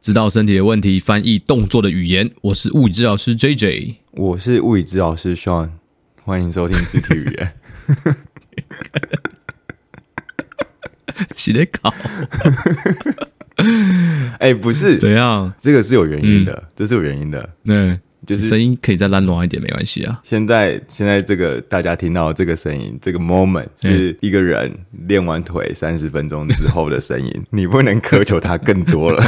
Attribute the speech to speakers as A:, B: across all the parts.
A: 知道身体的问题，翻译动作的语言。我是物理治疗师 JJ，
B: 我是物理治疗师 Sean， 欢迎收听肢体语言。
A: 洗得搞？
B: 不是
A: 怎样？
B: 这个是有原因的，这是有原因的。
A: 对，
B: 就是
A: 声音可以再烂软一点，没关系啊。
B: 现在这个大家听到这个声音，这个 moment 是一个人练完腿30分钟之后的声音，你不能苛求他更多了。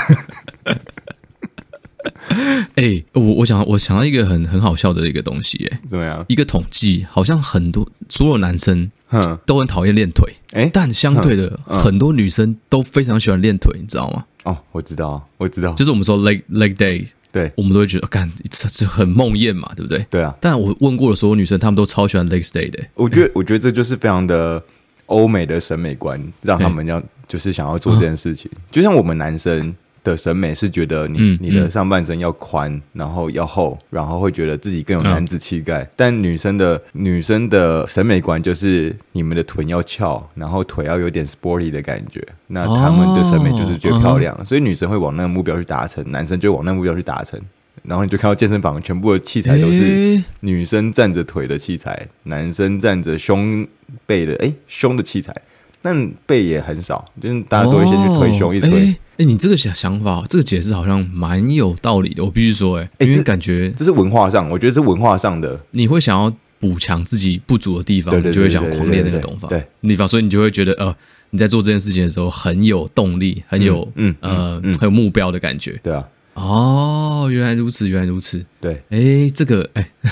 A: 我想到一个很好笑的一个东西，
B: 怎么样？
A: 一个统计，好像所有男生都很讨厌练腿，但相对的，很多女生都非常喜欢练腿，你知道吗？
B: 哦，我知道，
A: 就是我们说 leg day，
B: 对，
A: 我们都会觉得，干，这很梦魇嘛，对不对？
B: 对啊。
A: 但我问过的所有女生，她们都超喜欢 leg day 的。
B: 我觉得这就是非常的欧美的审美观，让他们就是想要做这件事情。就像我们男生的审美是觉得你的上半身要宽，然后要厚，然后会觉得自己更有男子气概。但女生的审美观就是你们的臀要翘，然后腿要有点 sporty 的感觉。那他们的审美就是觉得漂亮，所以女生会往那个目标去达成，男生就会往那个目标去达成。然后你就看到健身房全部的器材都是女生站着腿的器材，男生站着胸背的胸的器材。但背也很少，就是大家都会先去推胸，一推。
A: 你这个想法，这个解释好像蛮有道理的。我必须说，因为感觉
B: 这是文化上，我觉得是文化上的。
A: 你会想要补强自己不足的地方，你就会想要狂练那个地方，所以你就会觉得你在做这件事情的时候很有动力，很有很有目标的感觉。
B: 对啊。
A: 哦，原来如此，原来如此。
B: 对，
A: 这个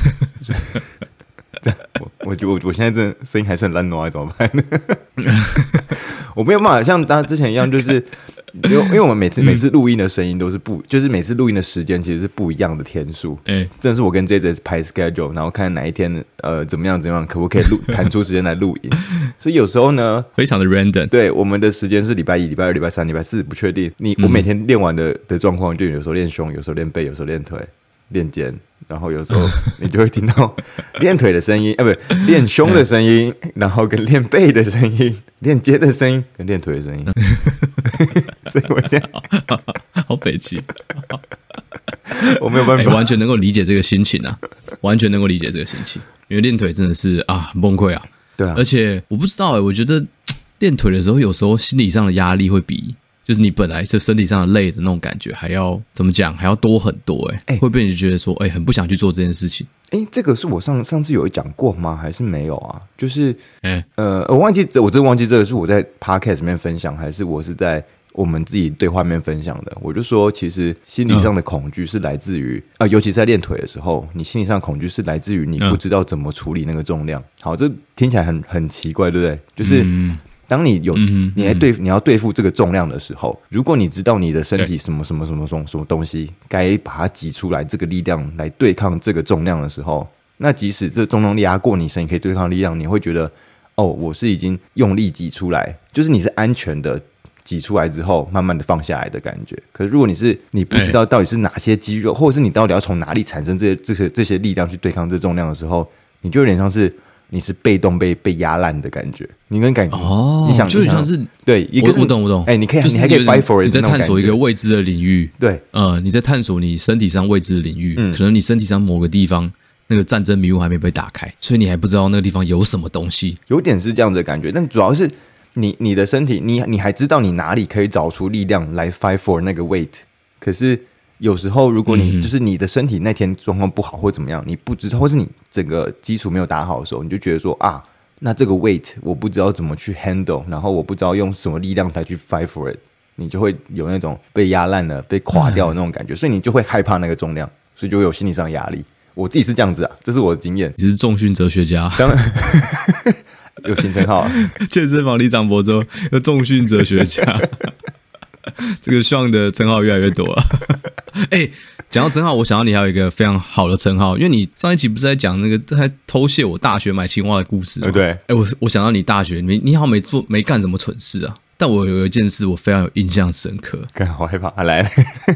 B: 我现在真的声音还是很烂怎么办？我没有办法像大家之前一样，就是因为我们每次录音的声音都是就是每次录音的时间其实是不一样的天数。真的是我跟 JJ 排 schedule， 然后看哪一天怎么样，可不可以弹出时间来录音。所以有时候呢，
A: 非常的 random。对，
B: 我们的时间是礼拜一、礼拜二、礼拜三、礼拜四，不确定。我每天练完的状况，就有时候练胸，有时候练背，有时候练腿、练肩。然后有时候你就会听到练腿的声音，不，练胸的声音，然后跟练背的声音，练肩的声音，跟练腿的声音。所以我现在
A: 好北气，
B: 我没有办法，
A: 完全能够理解这个心情啊，完全能够理解这个心情，因为练腿真的是很崩溃啊。
B: 对啊，
A: 而且我不知道我觉得练腿的时候，有时候心理上的压力会比。就是你本来就身体上的累的那种感觉，还要怎么讲，还要多很多会被你觉得说很不想去做这件事情。
B: 这个是我上次有讲过吗？还是没有啊？就是我忘记，我真忘记这个是我在 podcast 里面分享，还是我是在我们自己对话面分享的。我就说，其实心理上的恐惧是来自于尤其在练腿的时候，你心理上的恐惧是来自于你不知道怎么处理那个重量。好，这听起来很奇怪，对不对？就是当你要对付这个重量的时候，如果你知道你的身体什么东西该把它挤出来，这个力量来对抗这个重量的时候，那即使这重量压过你身体可以对抗力量，你会觉得我是已经用力挤出来，就是你是安全的挤出来之后慢慢的放下来的感觉。可是如果你不知道到底是哪些肌肉，或者是你到底要从哪里产生这些力量去对抗这重量的时候，你就有点像是你是被动被压烂的感觉，你跟感觉你想
A: 就像是
B: 对一个
A: 我懂，
B: 你还可以 fight for it，
A: 你在探索一个未知的领域，
B: 对，
A: 你在探索你身体上未知的领域，可能你身体上某个地方那个战争迷雾还没被打开，所以你还不知道那个地方有什么东西，
B: 有点是这样子的感觉。但主要是你的身体，你还知道你哪里可以找出力量来 fight for 那个 weight， 可是有时候，如果你就是你的身体那天状况不好或怎么样，你不知道，或是你整个基础没有打好的时候，你就觉得说那这个 weight 我不知道怎么去 handle， 然后我不知道用什么力量来去 fight for it， 你就会有那种被压烂了、被垮掉的那种感觉，所以你就会害怕那个重量，所以就会有心理上的压力。我自己是这样子这是我的经验。
A: 你是重训哲学家，
B: 当然有新称号
A: 健身房里长博州有重训哲学家。这个Sean的称号越来越多了。讲到称号，我想到你还有一个非常好的称号，因为你上一期不是在讲那个还偷窃我大学买青蛙的故事吗？
B: 对。
A: 我想到你大学你好没干什么蠢事啊，但我有一件事我非常有印象深刻。
B: 好害怕，来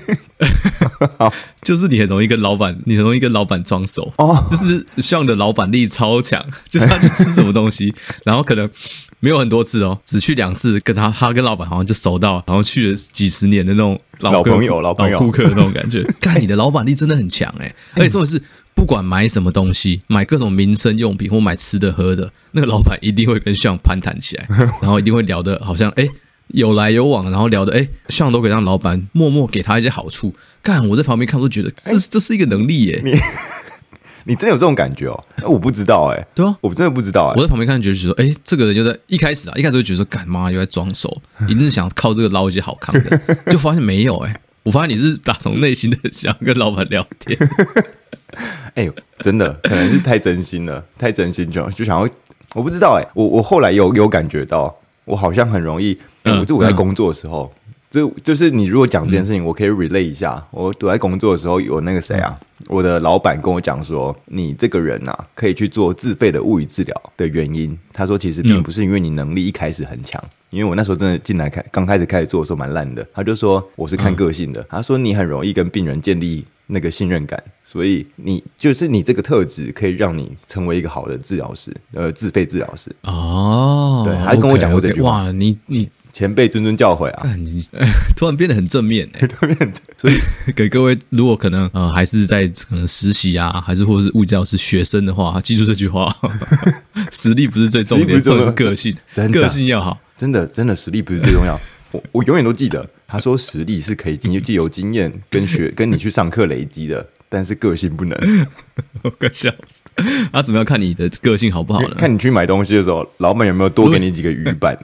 A: 就是你很容易跟老板装熟就是Sean的老板力超强，就是他去吃什么东西，然后可能没有很多次哦，只去2次，跟他跟老板好像就熟到，好像去了几十年的那种
B: 老朋友、
A: 老顾客的那种感觉。看你的老板力真的很强而且重点是，不管买什么东西，买各种民生用品或买吃的喝的，那个老板一定会跟Sean攀谈起来，然后一定会聊的好像有来有往，然后聊的Sean都可以让老板默默给他一些好处。干，我在旁边看都觉得这是一个能力耶。
B: 你真的有这种感觉哦？我不知道
A: 对啊，
B: 我真的不知道
A: 我在旁边看觉得说，这个人就在一开始就觉得说，干妈又在装熟，一定是想靠这个捞一些好康的，就发现没有我发现你是打从内心的想跟老板聊天。
B: 真的可能是太真心了，太真心就想要，我不知道我后来有感觉到，我好像很容易，我在工作的时候。就是你如果讲这件事情，我可以 relay 一下。我在工作的时候，有那个谁啊，我的老板跟我讲说，你这个人啊，可以去做自费的物理治疗的原因，他说其实并不是因为你能力一开始很强，因为我那时候真的进来刚开始做的时候蛮烂的。他就说我是看个性的，他说你很容易跟病人建立那个信任感，所以你这个特质可以让你成为一个好的治疗师，自费治疗师。对，他跟我讲过这句话。
A: 哇，你
B: 前辈谆教诲啊！
A: 你突然变得很正面所以给各位，如果可能还是在可能实习啊，还是或者是物理治疗师学生的话，记住这句话：实力不是最重点，重点是个性，个性要好。
B: 真的实力不是最重要。我永远都记得，他说实力是可以借由经验跟你去上课累积的。但是个性不能，
A: 我快笑死！怎么样看你的个性好不好呢？
B: 看你去买东西的时候，老板有没有多给你几个鱼板，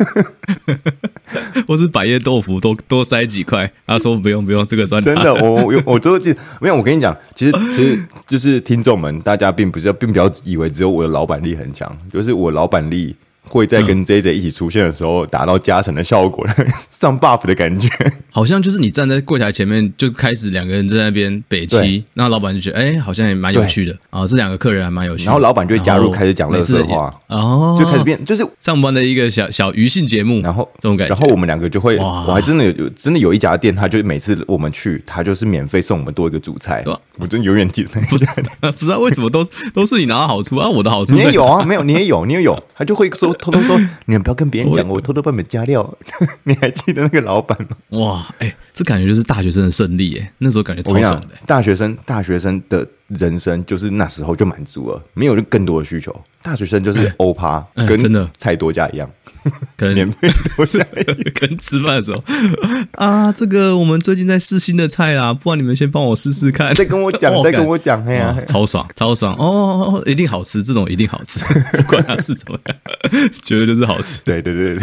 A: 或是百叶豆腐多塞几块？他说不用，这个算
B: 真的。我都记得，没有。我跟你讲，其实就是听众们，大家并不要以为只有我的老板力很强，就是我老板力会在跟 JJ 一起出现的时候达到加成的效果，上 buff 的感觉。
A: 好像就是你站在柜台前面就开始2个人在那边北七，那老板就觉得好像也蛮有趣的这2个客人还蛮有趣的，
B: 然后老板就会加入开始讲垃圾话，就开始变就是
A: 上班的一个小娱性节目，
B: 然后
A: 这种感觉。
B: 然后我们2个就会，我还真的有一家店，他就每次我们去，他就是免费送我们多一个主菜，我真的永远记得。
A: 不知道为什么都是你拿到好处我的好处
B: 你也有啊？没有，你也有，他就会说偷偷说，你们不要跟别人讲，我偷偷帮你们加料。你还记得那个老板吗？
A: 哇，这感觉就是大学生的胜利那时候感觉超爽的。
B: 大学生的人生就是那时候就满足了，没有更多的需求。大学生就是欧趴，跟真的菜多加一样，跟免费多加一样，
A: 跟吃饭的时候这个我们最近在试新的菜啦，不然你们先帮我试试看，
B: 再跟我讲，
A: 超爽一定好吃，这种一定好吃，不管它是怎么样，绝对就是好吃。
B: 对，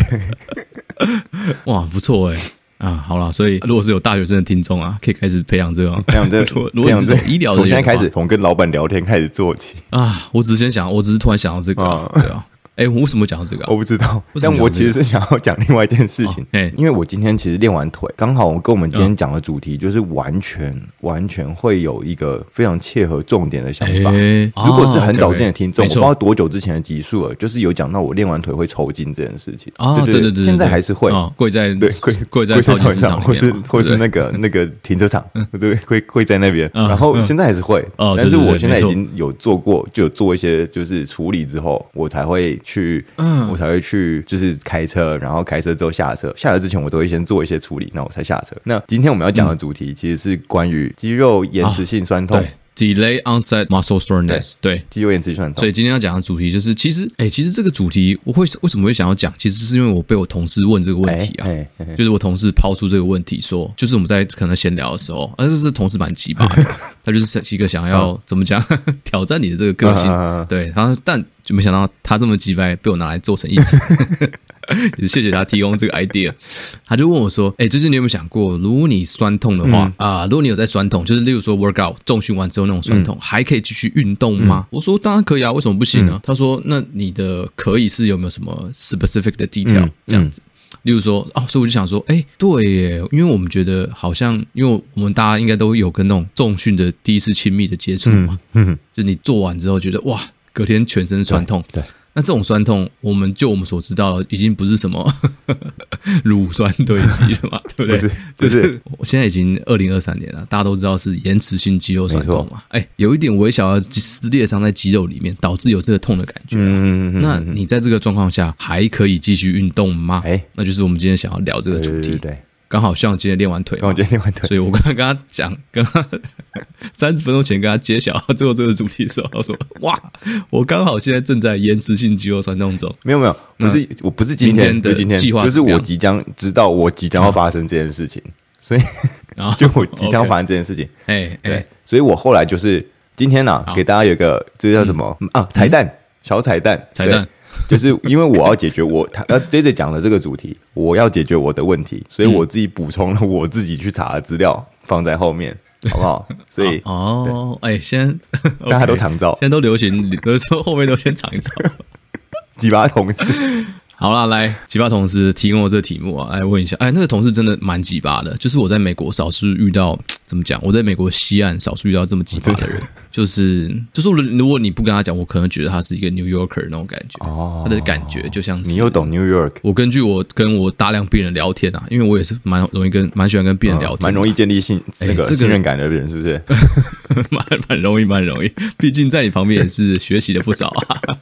A: 哇，不错好啦，所以如果是有大学生的听众可以开始培养这个，如果你是这种医疗的人，
B: 从现在开始，从跟老板聊天开始做起
A: 我只是突然想到这个对啊。我为什么讲到这个我
B: 不知道，但我其实是想要讲另外一件事情因为我今天其实练完腿，刚好我跟我们今天讲的主题就是完全会有一个非常切合重点的想法如果是很早之前的听众，我不知道多久之前的集数了，就是有讲到我练完腿会抽筋这件事情对，现在还是会
A: 跪在
B: 超级市场或是那个停车场对，会在那边然后现在还是会但是我现在已经有做过，就有做一些就是处理之后，我才会去就是开车，然后开车之后下车之前我都会先做一些处理，那我才下车。那今天我们要讲的主题其实是关于肌肉延迟性酸痛
A: Delay onset muscle soreness， 对，
B: 肌肉延迟性酸痛。
A: 所以今天要讲的主题就是，其实这个主题为什么会想要讲？其实是因为我被我同事问这个问题就是我同事抛出这个问题说，就是我们在可能闲聊的时候，这是同事蛮鸡巴的，他就是一个想要怎么讲挑战你的这个个性，对，然后但就没想到他这么鸡掰，被我拿来做成一集。也谢谢他提供这个 idea。 他就问我说最近你有没有想过，如果你酸痛的话如果你有在酸痛，就是例如说 workout 重训完之后那种酸痛还可以继续运动吗我说当然可以啊，为什么不行呢他说那你的可以是有没有什么 specific 的 detail 这样子例如说所以我就想说对耶，因为我们觉得好像因为我们大家应该都有跟那种重训的第一次亲密的接触嘛就是你做完之后觉得哇隔天全身酸痛对那这种酸痛，我们所知道的，已经不是什么乳酸堆积了嘛，对不对？就是我现在已经2023年了，大家都知道是延迟性肌肉酸痛嘛。有一点微小的撕裂伤在肌肉里面，导致有这个痛的感觉。那你在这个状况下还可以继续运动吗？那就是我们今天想要聊这个主题。对。刚好像今天练完腿嘛，所以我刚刚跟他讲，跟他30分钟前跟他揭晓最后这个主题的时候，他说：“哇，我刚好现在正在延迟性肌肉酸痛中。”
B: 没有，我不是今天的计划，就是我即将知道我即将要发生这件事情，所以就我即将发生这件事情。对，所以我后来就是今天给大家有一个这叫什么彩蛋，小彩蛋。就是因为我要解决他接着讲的这个主题，我要解决我的问题，所以我自己补充了我自己去查的资料放在后面，好不好？所以
A: 现在
B: 大家都常照，
A: 现在都流行，有时候后面都先尝一尝。
B: 几把同事，
A: 好啦，来几把同事提供我这个题目啊，来问一下，那个同事真的蛮鸡巴的，就是我在美国少数遇到，怎么讲？我在美国西岸少数遇到这么鸡巴的人，就是如果你不跟他讲，我可能觉得他是一个 New Yorker 那种感觉，他的感觉就像是
B: 你又懂 New York。我
A: 根据我跟我大量病人聊天啊，因为我也是蛮喜欢跟病人聊天，
B: 蛮容易建立信任感的人，是不是？
A: 蛮容易，毕竟在你旁边也是学习了不少啊。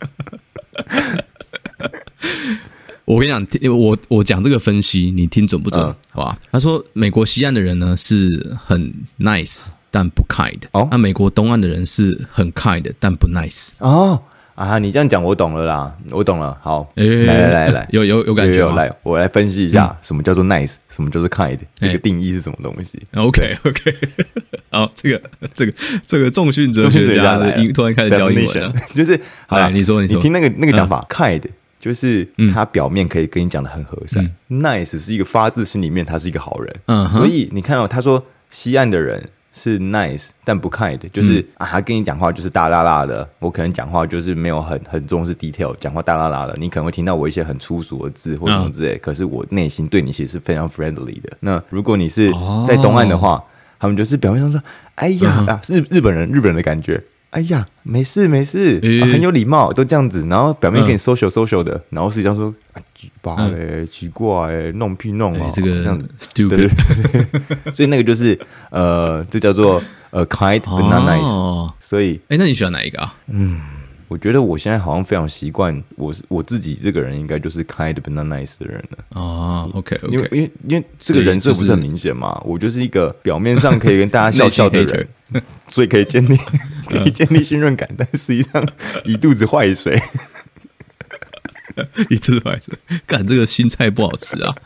A: 我跟你讲，我讲这个分析，你听准不准？好吧？他说，美国西岸的人呢是很 nice， 但不 kind。那美国东岸的人是很 kind， 但不 nice。
B: 你这样讲我懂了啦，我懂了。好，来，
A: 有感觉吗？
B: 来，我来分析一下什么叫做 nice， 什么叫做 kind， 这个定义是什么东西
A: ？OK， 好，这个重训哲学家突然开始教英文了，
B: 就是好，
A: 你说，
B: 你听那个讲法 kind。就是他表面可以跟你讲的很和善，nice 是一个发自心里面他是一个好人，所以你看到他说西岸的人是 nice 但不 kind， 就是他跟你讲话就是大辣辣的，我可能讲话就是没有很重视 detail， 讲话大辣辣的，你可能会听到我一些很粗俗的字或什么之类，可是我内心对你其实是非常 friendly 的。那如果你是在东岸的话，他们就是表面上说哎呀日本人的感觉，哎呀，没事，很有礼貌，都这样子，然后表面跟你 social 的，然后实际上说鸡巴嘞，奇怪弄屁弄啊，
A: 这个 stupid，
B: 对，所以那个就是这叫做kind but not nice，所以
A: 那你喜欢哪一个啊？
B: 我觉得我现在好像非常习惯，我自己这个人应该就是 kind but not nice 的人了。
A: OK，
B: 因为这个人设不是很明显嘛，我就是一个表面上可以跟大家笑的人，所以可以建立信任感，但实际上一肚子坏水。
A: 一肚子坏水，干这个新菜不好吃啊！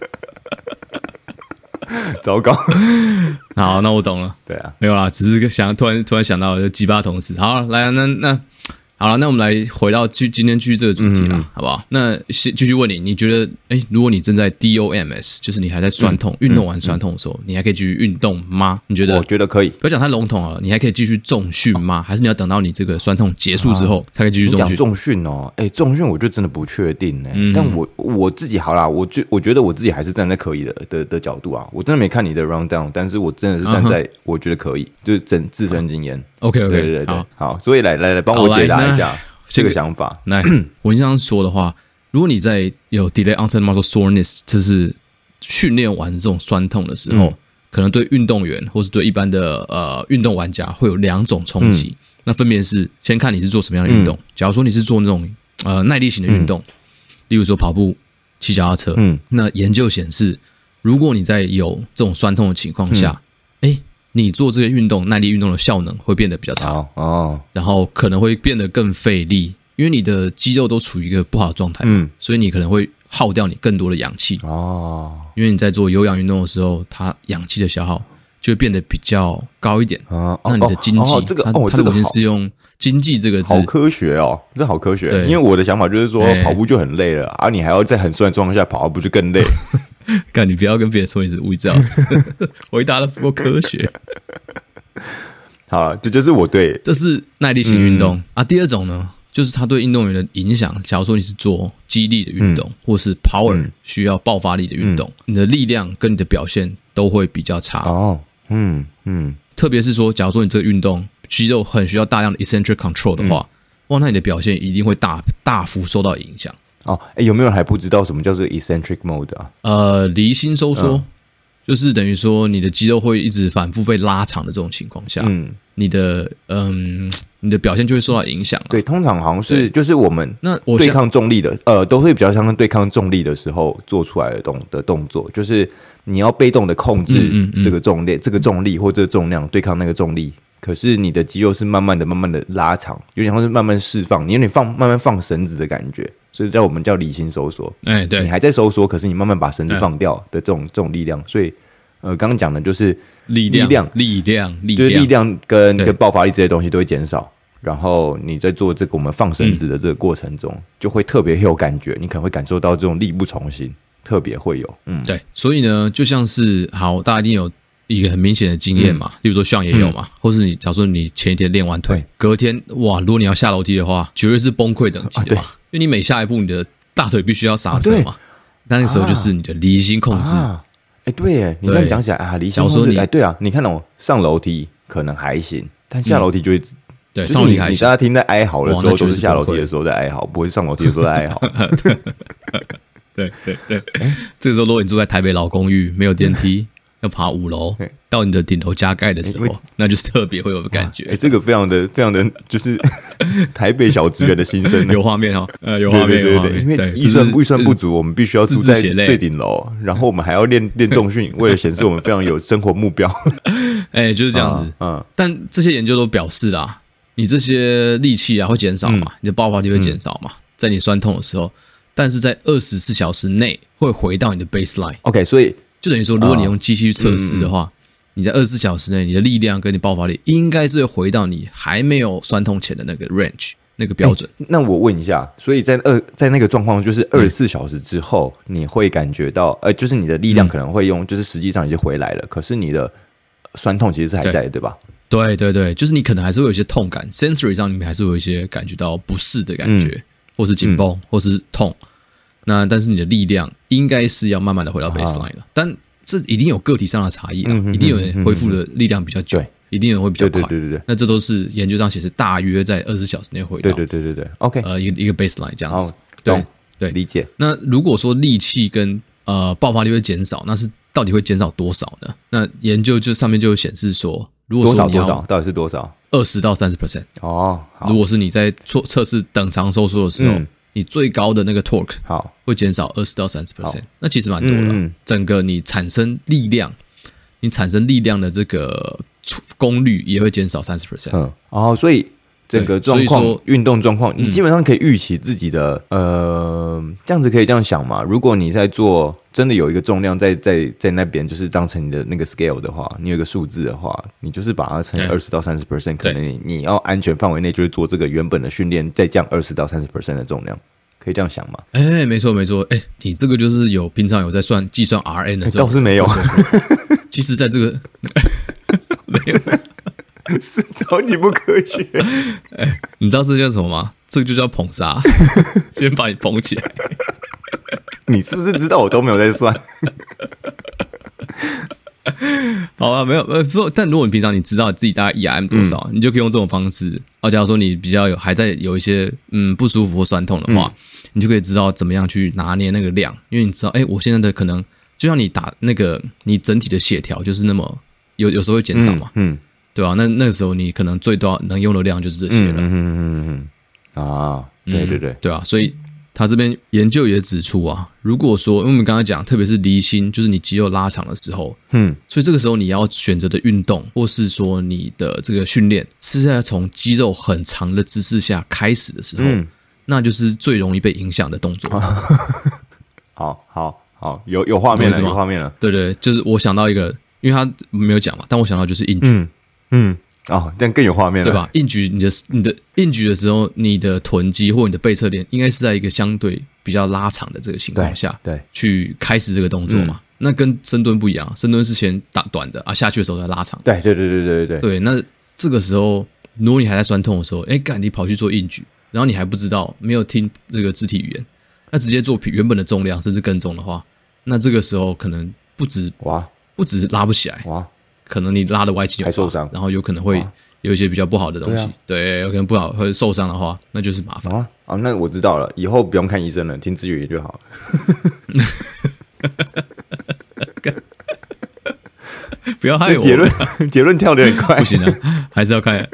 B: 糟糕。
A: 好，那我懂了。对啊，没有啦，只是突然想到鸡巴同事。好，来那好了，那我们来回到今天继续这个主题啦，好不好？那继续问你觉得，如果你正在 DOMS， 就是你还在酸痛，运动完酸痛的时候，你还可以继续运动吗？你觉得？
B: 我觉得可以。
A: 不要讲太笼统了，你还可以继续重训吗？还是你要等到你这个酸痛结束之后才可以继续重训？
B: 你讲重训哦，重训我就真的不确定但我自己好啦，我觉得我自己还是站在可以的角度啊，我真的没看你的 rundown， 但是我真的是站在我觉得可以，就是自身经验。
A: OK，
B: 对，好，所以来帮我解答一下这个想法。
A: 来，我经常说的话，如果你在有 delay onset muscle soreness， 就是训练完这种酸痛的时候，可能对运动员或是对一般的运动玩家会有2种冲击。那分别是先看你是做什么样的运动。假如说你是做那种耐力型的运动，例如说跑步、骑脚踏车，那研究显示，如果你在有这种酸痛的情况下，你做这个运动耐力运动的效能会变得比较差然后可能会变得更费力，因为你的肌肉都处于一个不好的状态所以你可能会耗掉你更多的氧气因为你在做有氧运动的时候，它氧气的消耗就会变得比较高一点那你的经济它的文献是用经济这个字，
B: 好科学哦，这好科学。因为我的想法就是说，跑步就很累了你还要在很酸的状况下跑，不就更累？
A: 干，你不要跟别人说你是物理治疗师，回答的不够科学。
B: 好，这就是我对，
A: 这是耐力型运动第二种呢，就是它对运动员的影响。假如说你是做肌力的运动，或是 power 需要爆发力的运动，你的力量跟你的表现都会比较差特别是说，假如说你这个运动肌肉很需要大量的 eccentric control 的话， 哇，那你的表现一定会大幅受到影响。
B: 哦，有没有人还不知道什么叫做 eccentric mode 啊？
A: 离心收缩，就是等于说你的肌肉会一直反复被拉长的这种情况下，你的表现就会受到影响。
B: 对，通常好像是就是我们对抗重力的，都会比较像对抗重力的时候做出来的动作，就是你要被动的控制这个重力或者重量对抗那个重力。可是你的肌肉是慢慢的拉长，有点像是慢慢释放，你有点慢慢放绳子的感觉，所以我们叫离心收缩。对，你还在收缩，可是你慢慢把绳子放掉的这种力量。所以刚刚讲的就是力量，就是力量跟爆发力这些东西都会减少。然后你在做这个我们放绳子的这个过程中，就会特别有感觉，你可能会感受到这种力不从心，特别会有。
A: 对，所以呢，就像是大家一定有一个很明显的经验嘛，例如说像也有嘛，或是假如说你前一天练完腿，隔天哇，如果你要下楼梯的话，绝对是崩溃等级的嘛，因为你每下一步，你的大腿必须要刹车嘛，那个时候就是你的离心控制。
B: 对耶，你这样讲起来离心控制，对啊，你看上楼梯可能还行，但下楼梯就会。
A: 对，上楼梯还行。
B: 你大家听在哀嚎的时候，就是下楼梯的时候在哀嚎，不会上楼梯的时候在哀嚎。
A: 对，这个时候如果你住在台北老公寓，没有电梯。要爬5楼到你的顶楼加盖的时候，那就是特别会有感觉。
B: 这个非常的就是台北小职员的心声，
A: 有画面有画面，
B: 对，因为预算不足，我们必须要住在最顶楼，然后我们还要练重训，为了显示我们非常有生活目标。
A: 就是这样子。但这些研究都表示啦，你这些力气会减少嘛，你的爆发力会减少嘛，在你酸痛的时候，但是在24小时内会回到你的 baseline。
B: OK， 所以。
A: 就等于说，如果你用机器去测试的话，你在24小时内，你的力量跟你爆发力应该是会回到你还没有酸痛前的那个 range 那个标准。
B: 那我问一下，所以在那个状况，就是24小时之后，你会感觉到，就是你的力量可能会就是实际上已经回来了，可是你的酸痛其实是还在的，对吧？
A: 对，就是你可能还是会有一些痛感 ，sensory 上你们还是会有一些感觉到不适的感觉，或是紧绷，或是痛。但是你的力量应该是要慢慢的回到 baseline 了，但这一定有个体上的差异一定有人恢复的力量比较久，一定有人会比较快。
B: 对。
A: 那这都是研究上显示，大约在24小时内回到。
B: 对。OK，
A: 一个 baseline 这样子。对，
B: 理解。
A: 那如果说力气跟爆发力会减少，那是到底会减少多少呢？那研究上面就显示说，如果说你要
B: 多少，到底是多少
A: ？20到30%。
B: 好，
A: 如果是你在测试等长收缩的时候。你最高的那个 torque 会减少20到30%，那其实蛮多的。整个你产生力量的这个功率也会减少30%。
B: 所以整个状况，运动状况，你基本上可以预期自己的这样子可以这样想嘛？如果你在做真的有一个重量在那边，就是当成你的那个 scale 的话，你有一个数字的话，你就是把它乘以20到30%，可能你要安全范围内就是做这个原本的训练，再降20到30% 的重量，可以这样想吗？
A: 没错，你这个就是平常有在计算 RN 的，
B: 倒是没有。
A: 其实在这个没有。
B: 是超级不科学。
A: 你知道这叫什么吗？这个就叫捧杀，先把你捧起来。
B: 你是不是知道我都没有在算？
A: 好啊，没有，但如果你平常你知道自己大概 ERM 多少，你就可以用这种方式。假如说你比较还在有一些不舒服或酸痛的话，你就可以知道怎么样去拿捏那个量，因为你知道，我现在的可能就像你打那个你整体的血条就是那么有时候会减少嘛，对吧？那个时候你可能最多能用的量就是这些了。对啊，所以他这边研究也指出啊，如果说因为我们刚才讲，特别是离心，就是你肌肉拉长的时候，所以这个时候你要选择的运动，或是说你的这个训练，是在从肌肉很长的姿势下开始的时候，那就是最容易被影响的动作。
B: 好，有画面了，有画面了。
A: 对，就是我想到一个，因为他没有讲嘛，但我想到就是硬举。
B: 这样更有画面了，
A: 对吧？硬举你的硬举的时候，你的臀肌或你的背侧链应该是在一个相对比较拉长的这个情况下，对，去开始这个动作嘛。那跟深蹲不一样，深蹲是先打短的下去的时候再拉长。对，那这个时候，如果你还在酸痛的时候，你跑去做硬举，然后你还不知道，没有听这个肢体语言，那直接做原本的重量甚至更重的话，那这个时候可能不止拉不起来，可能你拉的歪七扭八，然后有可能会有一些比较不好的东西，对，有可能不好或者受伤的话，那就是麻烦
B: 啊。那我知道了，以后不用看医生了，听自语就好了。
A: 不要害我，
B: 结论跳得很快，
A: 不行啊，还是要看。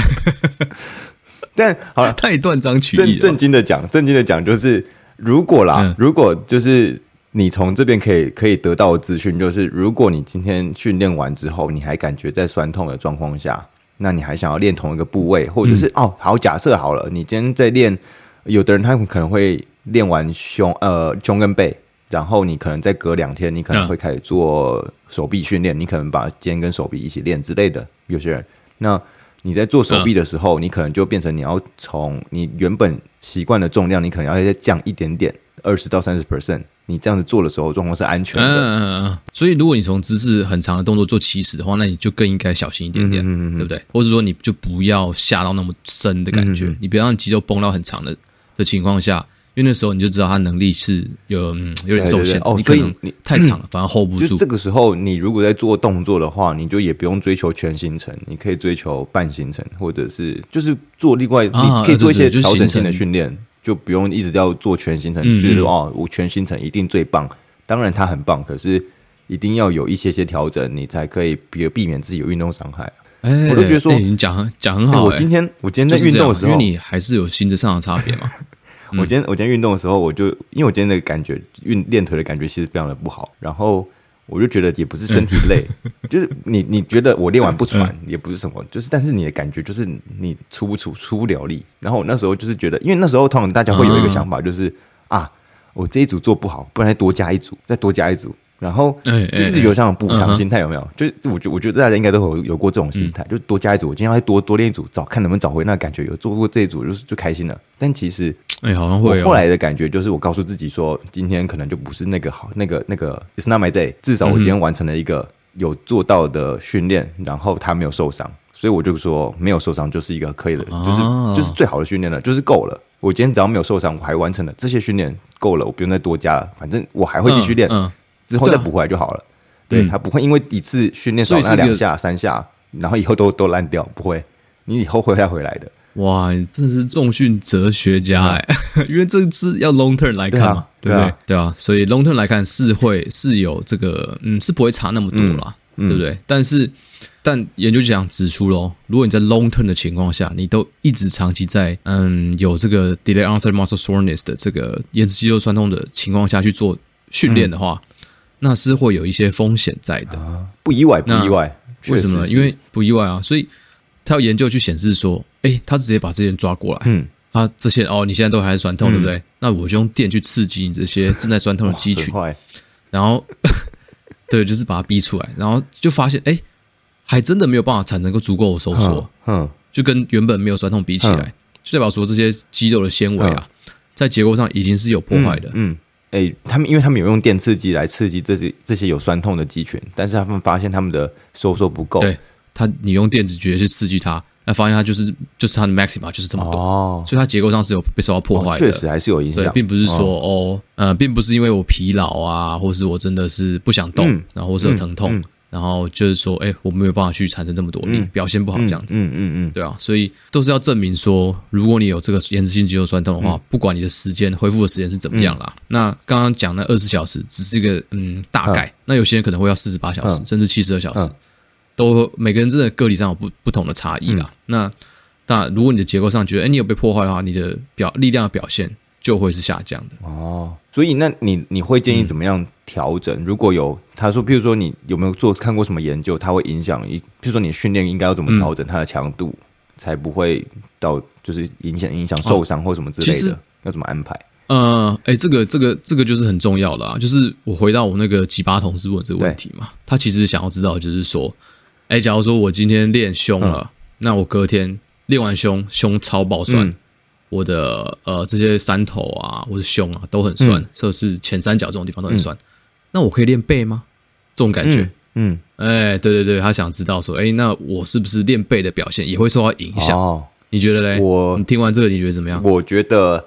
B: 但好了，
A: 太断章取义了。
B: 正经的讲，就是如果就是你从这边可以得到的资讯，就是如果你今天训练完之后，你还感觉在酸痛的状况下，那你还想要练同一个部位，或者是好，假设好了，你今天在练，有的人他可能会练完胸跟背。然后你可能再隔2天，你可能会开始做手臂训练，你可能把肩跟手臂一起练之类的。有些人，那你在做手臂的时候，你可能就变成你要从你原本习惯的重量，你可能要再降一点点，20%到30%。你这样子做的时候，状况是安全的。
A: 所以如果你从姿势很长的动作做起始的话，那你就更应该小心一点点，对不对？或者说你就不要下到那么深的感觉，你不要让肌肉绷到很长的情况下。因为那时候你就知道他能力是有点受限，你可能太长了，反而 hold 不住。
B: 就这个时候，你如果在做动作的话，你就也不用追求全行程，你可以追求半行程，或者是就是做另外，你可以做一些调整性的训练，就不用一直要做全行程。觉得我全行程一定最棒，当然它很棒，可是一定要有一些调整，你才可以避免自己有运动伤害。我都觉得说，
A: 你讲很好。
B: 我今天在运动的时候，
A: 因为你还是有心智上的差别嘛。
B: 我今天运动的时候，因为我今天的感觉练腿的感觉其实非常的不好，然后我就觉得也不是身体累，就是你觉得我练完不喘也不是什么，就是但是你的感觉就是你出不了力。然后我那时候就是觉得，因为那时候通常大家会有一个想法，就是我这一组做不好，不然再多加一组，然后就一直有这样的补偿心态，有没有？就是我觉得大家应该都有过这种心态，就多加一组，我今天要多练一组，看能不能找回那个感觉，有做过这一组就开心了。但其实
A: 好像会
B: 我后来的感觉就是，我告诉自己说，今天可能就不是那个好，那个 It's not my day。至少我今天完成了一个有做到的训练，然后他没有受伤，所以我就说没有受伤就是一个可以的，就是最好的训练了，就是够了。我今天只要没有受伤，我还完成了这些训练，够了，我不用再多加了，反正我还会继续练。之后再补回来就好了。对，他不会因为一次训练少那2下3下，然后以后都烂掉，不会。你以后会再回来的。
A: 哇，你真的是重训哲学家因为这是要 long term 来看嘛，对不对？对啊，所以 long term 来看是有这个是不会差那么多啦，对不对？但研究讲指出咯，如果你在 long term 的情况下，你都一直长期在有这个 delayed onset muscle soreness 的这个延迟肌肉酸痛的情况下去做训练的话，那是会有一些风险在的。
B: 不意外。
A: 为什么呢？因为不意外啊，所以他有研究去显示说，他直接把这些人抓过来，他这些你现在都还是酸痛，对不对？那我就用电去刺激你这些正在酸痛的肌群，然后对，就是把它逼出来，然后就发现，还真的没有办法产生足够的收缩，就跟原本没有酸痛比起来，就代表说这些肌肉的纤维啊，在结构上已经是有破坏的。
B: 因为他们有用电刺激来刺激这些有酸痛的肌群，但是他们发现他们的收缩不够。
A: 对，你用电子觉去刺激它，那发现它就是它的 maxima 就是这么多，所以它结构上是有被受到破坏的。
B: 确实还是有影响，
A: 并不是说并不是因为我疲劳啊，或是我真的是不想动，然后或是有疼痛。然后就是说，我没有办法去产生这么多力，表现不好这样子，对啊，所以都是要证明说，如果你有这个延迟性肌肉酸痛的话，不管你的时间恢复的时间是怎么样啦，那刚刚讲那20小时只是一个大概，那有些人可能会要48小时，甚至72小时，都每个人真的个体上有不同的差异啦。那如果你的结构上觉得你有被破坏的话，你的力量的表现就会是下降的。
B: 所以那你会建议怎么样调整？如果有他说，譬如说你有没有看过什么研究，它会影响譬如说你训练应该要怎么调整它的强度，才不会到就是影响受伤或什么之类的，要怎么安排？
A: 这个就是很重要的啊，就是我回到我那个吉巴同事问这个问题嘛，他其实想要知道就是说，假如说我今天练胸了，那我隔天练完胸超爆酸。我的这些三头啊，或是胸啊都很酸，甚至是前三角这种地方都很酸。那我可以练背吗？这种感觉，对，他想知道说，那我是不是练背的表现也会受到影响？你觉得嘞？你听完这个你觉得怎么样？
B: 我觉得，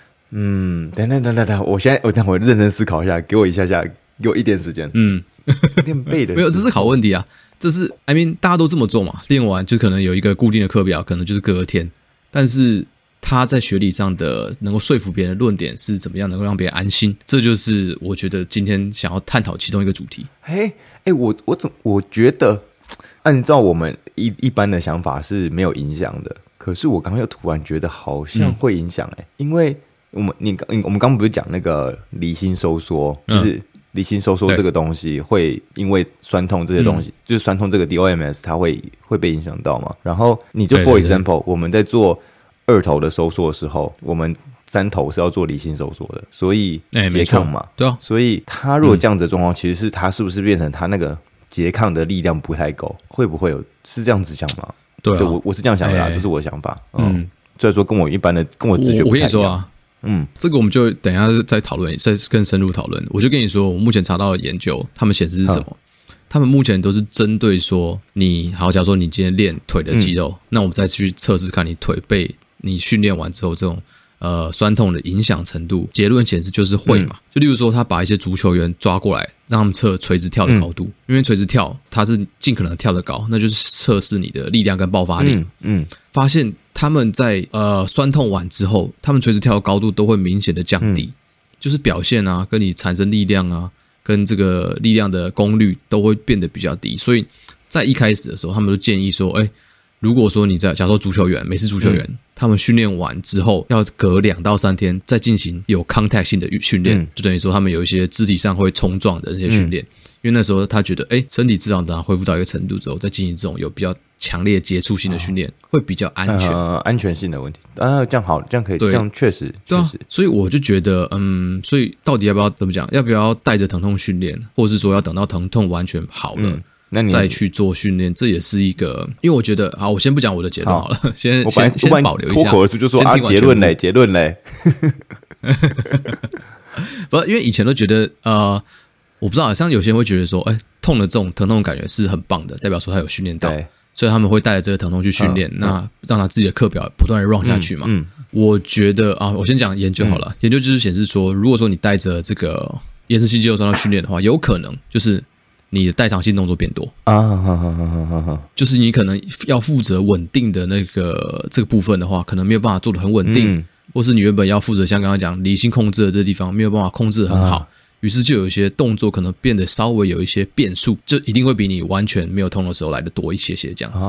B: 等，我认真思考一下，给我一点时间。练背的
A: 没有，这是好问题啊。 这是 I mean 大家都这么做嘛，练完就可能有一个固定的课表，可能就是隔天，但是他在学理上的能够说服别人的论点是怎么样能够让别人安心，这就是我觉得今天想要探讨其中一个主题。
B: 我觉得按照我们一般的想法是没有影响的，可是我刚刚又突然觉得好像会影响因为我们刚刚不是讲那个离心收缩，就是离心收缩这个东西会因为酸痛这些东西，就是酸痛这个 DOMS 它会被影响到嘛。然后你就 for example 我们在做2头的收缩的时候，我们3头是要做离心收缩的，所以拮抗嘛，
A: 对啊，
B: 所以他如果这样子的状况，其实是他是不是变成他那个拮抗的力量不太够？会不会是这样子想吗？
A: 对啊，
B: 我是这样想的啦，这是我的想法。所以说跟我一般的跟我直觉不太一样。
A: 我跟你说啊，这个我们就等一下再讨论，再更深入讨论。我就跟你说，我目前查到的研究，他们显示是什么？他们目前都是针对说假如说你今天练腿的肌肉，那我们再去测试看你腿被你训练完之后这种酸痛的影响程度。结论显示就是会嘛。就例如说，他把一些足球员抓过来，让他们测垂直跳的高度，因为垂直跳它是尽可能跳得高，那就是测试你的力量跟爆发力。发现他们在酸痛完之后，他们垂直跳的高度都会明显的降低，就是表现啊，跟你产生力量啊，跟这个力量的功率都会变得比较低。所以在一开始的时候，他们就建议说，如果说你假如说足球员，美式足球员，他们训练完之后要隔2到3天再进行有 contact 性的训练，就等于说他们有一些肢体上会冲撞的那些训练，因为那时候他觉得身体至少等他恢复到一个程度之后，再进行这种有比较强烈接触性的训练，会比较安全。
B: 安全性的问题这样好，这样可以，这样确实
A: 对啊。所以我就觉得所以到底要不要怎么讲，要不要带着疼痛训练，或者是说要等到疼痛完全好了再去做训练，这也是一个，因为我觉得，好，我先不讲我的结论好了，先保留一下。
B: 脱口而出就说结论嘞，
A: 不，因为以前都觉得我不知道，好像有些人会觉得说，痛的这种疼痛感觉是很棒的，代表说他有训练到，所以他们会带着这个疼痛去训练，那让他自己的课表不断的 run 下去嘛。我觉得我先讲研究好了，研究就是显示说，如果说你带着这个延迟性肌肉酸痛训练的话，有可能就是你的代偿性动作变多就是你可能要负责稳定的这个部分的话，可能没有办法做得很稳定，或是你原本要负责像刚刚讲离心控制的这个地方没有办法控制得很好，于是就有一些动作可能变得稍微有一些变数，就一定会比你完全没有痛的时候来的多一些这样子。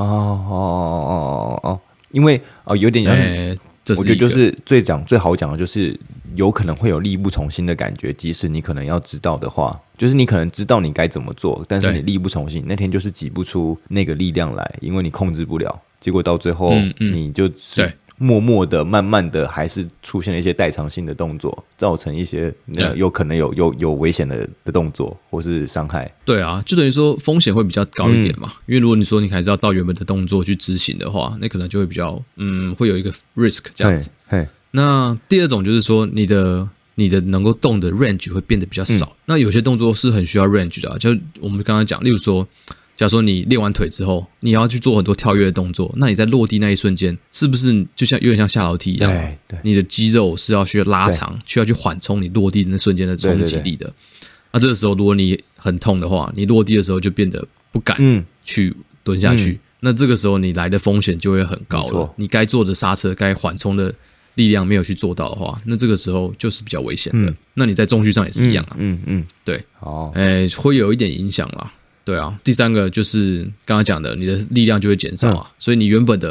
B: 因为有点我觉得就是最好讲的就是有可能会有力不从心的感觉，即使你可能要知道的话，就是你可能知道你该怎么做，但是你力不从心，那天就是挤不出那个力量来，因为你控制不了，结果到最后你就默默的慢慢的还是出现了一些代偿性的动作，造成一些有可能有危险的动作或是伤害。
A: 对啊，就等于说风险会比较高一点嘛，因为如果你说你还是要照原本的动作去执行的话，那可能就会比较会有一个 risk 这样子。那第二种就是说你的能够动的 range 会变得比较少，那有些动作是很需要 range 的就我们刚刚讲，例如说假如说你练完腿之后，你要去做很多跳跃的动作，那你在落地那一瞬间，是不是就像有点像下楼梯一样？对，你的肌肉是需要拉长，需要去缓冲你落地的那瞬间的冲击力的。那这个时候，如果你很痛的话，你落地的时候就变得不敢去蹲下去。那这个时候你来的风险就会很高了。你该做的刹车、该缓冲的力量没有去做到的话，那这个时候就是比较危险的。那你在重训上也是一样啊。对，会有一点影响啦。对啊，第三个就是刚刚讲的，你的力量就会减少所以你原本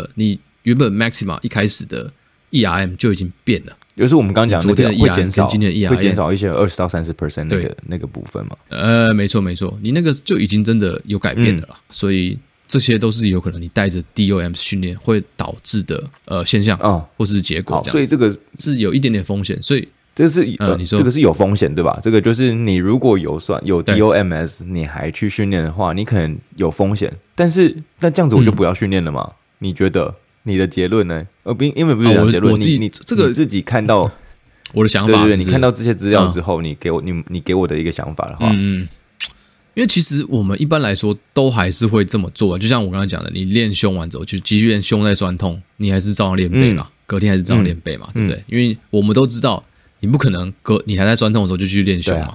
A: maxima 一开始的 ERM 就已经变了，
B: 就是我们刚刚讲的那个会减少，
A: 今天的 ERM
B: 会减少一些20到30% 那个部分嘛。
A: 没错，你那个就已经真的有改变了啦，所以这些都是有可能你带着 DOM 训练会导致的现象或是结果这样子。
B: 所以这个
A: 是有一点点风险，所以
B: 这是
A: 你说
B: 这个是有风险对吧？这个就是你如果有DOMS 你还去训练的话，你可能有风险，但这样子我就不要训练了嘛？你觉得你的结论呢？因为不是讲结论，你这个自己看到
A: 我的想法，
B: 对，你看到这些资料之后，你给我的一个想法的话，
A: 因为其实我们一般来说都还是会这么做就像我刚刚讲的，你练胸完之后，就即便胸在酸痛，你还是照样练背嘛，隔天还是照样练背嘛，对不对？因为我们都知道。你不可能你还在酸痛的时候就去练胸嘛？
B: 对啊。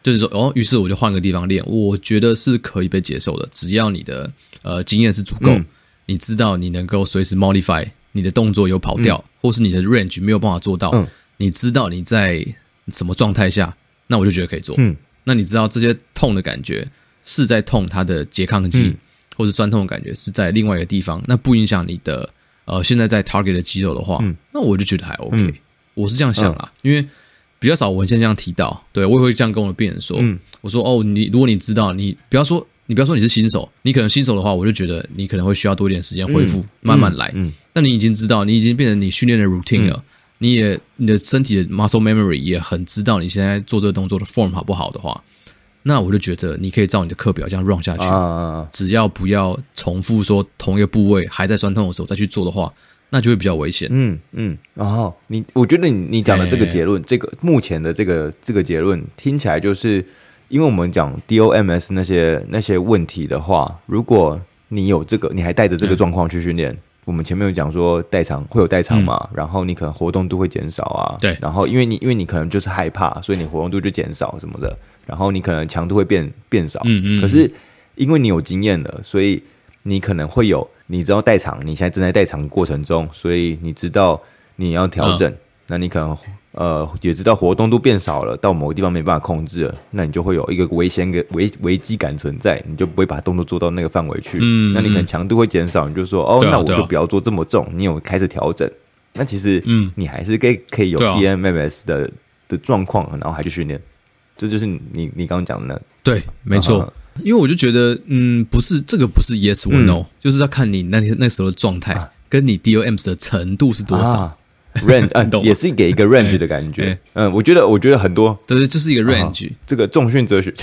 A: 就是说于是我就换个地方练，我觉得是可以被接受的，只要你的经验是足够，你知道你能够随时 modify 你的动作有跑掉，或是你的 range 没有办法做到，你知道你在什么状态下，那我就觉得可以做。那你知道这些痛的感觉是在痛它的拮抗肌，或是酸痛的感觉是在另外一个地方，那不影响你的现在在 target 的肌肉的话，那我就觉得还 OK。我是这样想啦，因为比较少文献这样提到，对，我也会这样跟我的病人说，我说如果你知道，你不要说你是新手，你可能新手的话，我就觉得你可能会需要多一点时间恢复，慢慢来。那你已经知道，你已经变成你训练的 routine 了，你的身体的 muscle memory 也很知道你现在做这个动作的 form 好不好的话，那我就觉得你可以照你的课表这样 run 下去，只要不要重复说同一个部位还在酸痛的时候再去做的话，那就会比较危险。
B: 然后我觉得你讲的这个结论，这个目前的这个结论听起来就是，因为我们讲 DOMS 那些问题的话，如果你有这个，你还带着这个状况去训练，我们前面有讲说会有代偿嘛，然后你可能活动度会减少啊，
A: 对，
B: 然后因为你可能就是害怕，所以你活动度就减少什么的，然后你可能强度会变少，可是因为你有经验了，所以你可能会有，你知道代偿，你现在正在代偿过程中，所以你知道你要调整，那你可能也知道活动度变少了，到某个地方没办法控制了，那你就会有一个危机感存在，你就不会把动作做到那个范围去，那你可能强度会减少，你就说那我就不要做这么重，你有开始调整，那其实你还是可以有 DMMS 的状况，然后还去训练，这就是你刚刚讲的那
A: 对，没错。因为我就觉得，不是这个不是 yes or no，就是要看你那时候的状态，跟你 DOMS 的程度是多少。
B: range 也是给一个 range 的感觉。我觉得很多，
A: 对，就是一个 range。
B: 这个重训哲学，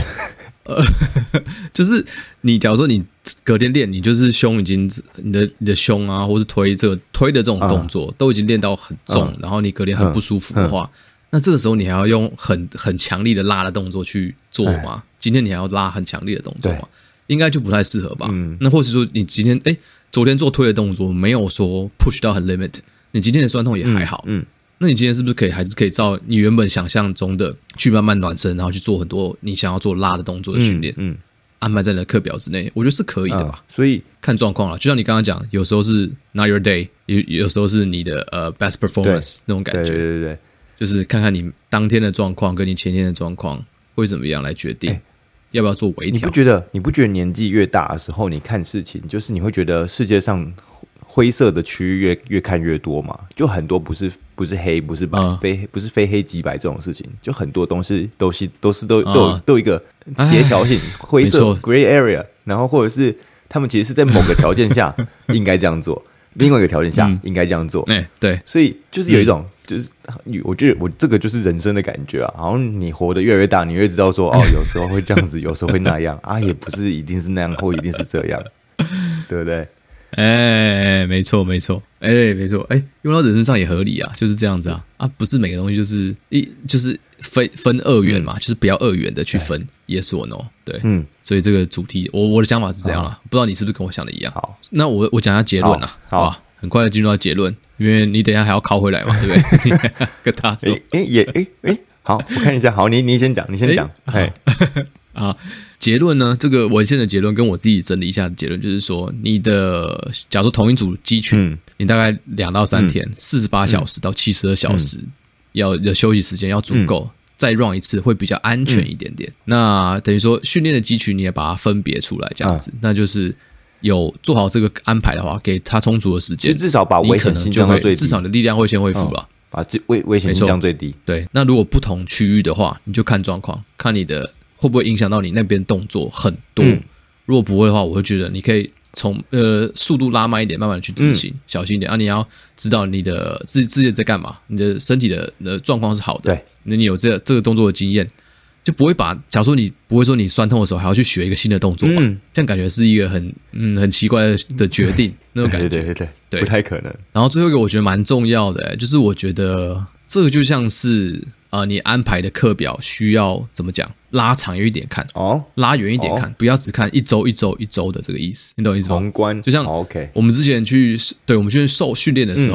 A: 就是你假如说你隔天练，你就是胸已经你的胸啊，或是推的这种动作都已经练到很重，然后你隔天很不舒服的话，那这个时候你还要用很强力的拉的动作去做吗？今天你还要拉很强力的动作吗？应该就不太适合吧。那或是说你今天昨天做推的动作没有说 push 到很 limit， 你今天的酸痛也还好，那你今天是不是还是可以照你原本想象中的去慢慢暖身，然后去做很多你想要做拉的动作的训练，安排在你的课表之内，我觉得是可以的吧。
B: 所以
A: 看状况啦，就像你刚刚讲，有时候是 not your day， 有时候是你的best performance 那种感觉，
B: 对，
A: 就是看看你当天的状况跟你前天的状况会怎么样来决定。要不要做微调？
B: 你不觉得年纪越大的时候，你看事情，就是你会觉得世界上灰色的区域越看越多嘛？就很多不是黑，不是白，不是非黑即白这种事情，就很多东西都有一个协调性，灰色 gray area， 然后或者是他们其实是在某个条件下应该这样做，另外一个条件下应该这样做。
A: 对，
B: 所以就是有一种。就是我觉得这个就是人生的感觉啊，好像你活得越来越大，你越知道说有时候会这样子，有时候会那样啊，也不是一定是那样或一定是这样，对不对？
A: 没错，没错，用到人身上也合理啊，就是这样子啊，不是每个东西就是分二元嘛，就是不要二元的去分 yes or no， 对，所以这个主题我的想法是这样啦，不知道你是不是跟我想的一样？好，那我讲一下结论啦，好吧，很快的进入到结论。因为你等一下还要拷回来嘛，对不对？跟他说，
B: 好，我看一下，好，你先讲，
A: 结论呢？这个文献的结论跟我自己整理一下的结论就是说，你的假如同一组肌群，你大概2到3天，48小时到72小时，要休息时间要足够，再 run 一次会比较安全一点点。那等于说训练的肌群你也把它分别出来，这样子，那就是有做好这个安排的话，给他充足的时间，
B: 就至少把危险性降到最低，
A: 至少你的力量会先恢复了，
B: 把危险性降最低。
A: 对，那如果不同区域的话，你就看状况，看你的会不会影响到你那边动作很多。如果不会的话，我会觉得你可以从速度拉慢一点，慢慢的去执行，小心一点啊！你要知道你的自己在干嘛，你的身体的状况是好的，
B: 对，
A: 那你有这个动作的经验。就不会假如说你不会说你酸痛的时候还要去学一个新的动作吧，这样感觉是一个很奇怪的决定那种感觉，
B: 对，不太可能。
A: 然后最后一个我觉得蛮重要的，就是我觉得这个就像是你安排的课表需要怎么讲，拉长一点看，拉远一点看，不要只看一周的这个意思，你懂意思吗？
B: 宏观，
A: 就像我们之前我们去受训练的时候。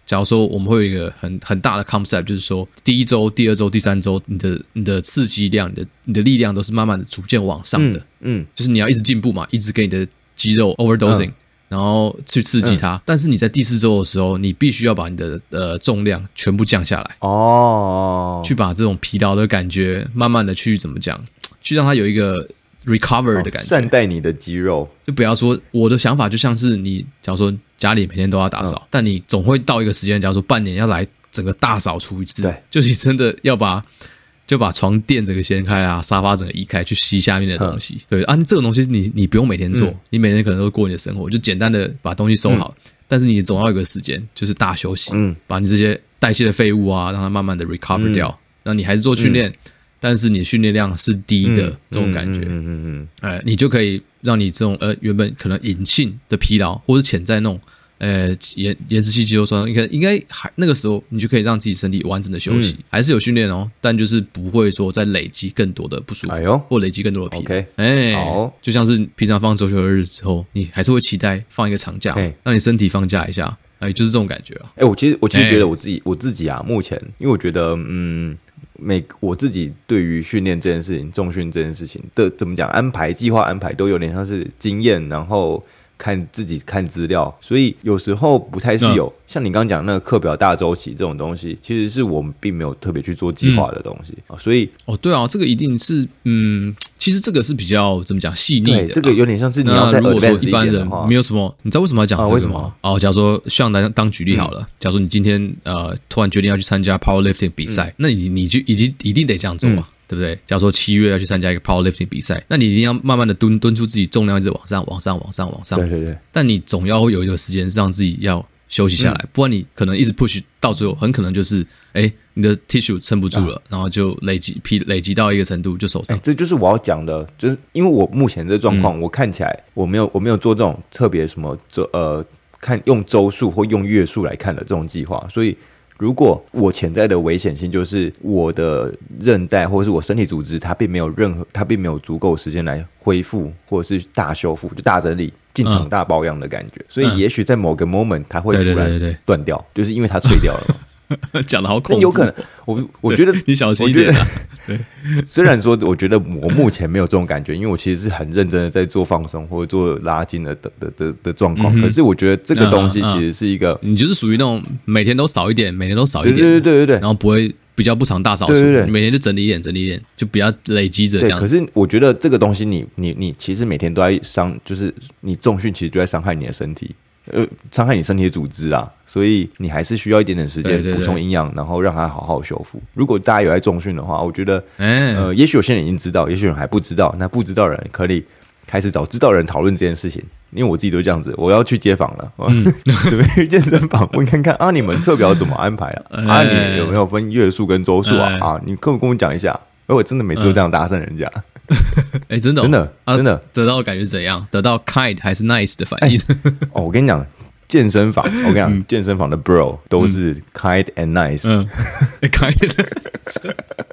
A: 假如说我们会有一个很大的 concept， 就是说第一周、第二周、第三周，你的刺激量、你的力量都是慢慢的逐渐往上的，就是你要一直进步嘛，一直给你的肌肉 overdosing，然后去刺激它。但是你在第4周的时候，你必须要把你的重量全部降下来，去把这种疲劳的感觉慢慢的去怎么讲，去让它有一个 recover 的感觉，
B: 善待你的肌肉。
A: 就不要说，我的想法就像是你假如说家里每天都要打扫，但你总会到一个时间，假如说半年要来整个大扫除一次，对，就是你真的要把床垫整个掀开啊，沙发整个移开，去吸下面的东西。对啊，这种东西你不用每天做，你每天可能都过你的生活，就简单的把东西收好。但是你总要有个时间，就是大休息，把你这些代谢的废物啊，让它慢慢的 recover 掉。那你还是做训练，但是你的训练量是低的，这种感觉，你就可以让你这种原本可能隐性的疲劳，或者潜在那种延迟性肌肉酸应该还那个时候，你就可以让自己身体完整的休息，还是有训练哦，但就是不会说再累积更多的不舒服，或累积更多的疲劳。好，就像是平常放周休的日之后，你还是会期待放一个长假，让你身体放假一下，就是这种感觉啊。
B: 我其实觉得我自己啊，目前因为我觉得我自己对于训练这件事情、重训这件事情的怎么讲计划安排都有点像是经验，然后自己看资料，所以有时候不太是有像你刚刚讲那个课表大周期这种东西，其实是我们并没有特别去做计划的东西，所以
A: 对啊，这个一定是其实这个是比较怎么讲细腻的，
B: 这个有点像是你要在 advance 一点的话，如果说一般人
A: 没有什么，你知道为什么要讲这个吗？假如说像当举例好了，假如说你今天突然决定要去参加 powerlifting 比赛，那你就一定得这样做嘛。对不对？假如说7月要去参加一个 powerlifting 比赛，那你一定要慢慢的蹲出自己重量，一直往上。
B: 对。
A: 但你总要有一个时间让自己要休息下来，不然你可能一直 push 到最后，很可能就是你的 tissue 撑不住了，然后就累积到一个程度就受伤。
B: 这就是我要讲的，就是因为我目前的状况，我看起来我没有做这种特别什么看用周数或用月数来看的这种计划，所以。如果我潜在的危险性就是我的韧带或者是我身体组织，它并没有足够时间来恢复或者是大修复，就大整理、进场大保养的感觉，所以也许在某个 moment 它会突然断掉，就是因为它脆掉了嘛。
A: 讲的好恐怖，
B: 有可能。我觉得
A: 你小心一点啊。对，
B: 虽然说我觉得我目前没有这种感觉，因为我其实是很认真的在做放松或者做拉筋的状况。可是我觉得这个东西其实是一个，
A: 你就是属于那种每天都少一点，
B: 对，
A: 然后不会比较不常大扫除，你每天就整理一点，就不要累积着这样。
B: 可是我觉得这个东西你其实每天都在就是你重训其实就在伤害你的身体。伤害你身体的组织啊，所以你还是需要一点点时间补充营养，然后让它好好修复。如果大家有在重训的话，我觉得，也许有些人已经知道，也许有人还不知道。那不知道的人可以开始找知道的人讨论这件事情，因为我自己都这样子。我要去街访了，准备去健身房问看看啊，你们课表怎么安排啊？你有没有分月数跟周数啊？你跟我讲一下。我真的每次都这样搭讪人家。
A: 真的
B: 真的
A: 得到的感觉怎样？得到 kind 还是 nice 的反应？
B: 我跟你讲，健身房健身房的 bro 都是 kind and nice。kind and nice。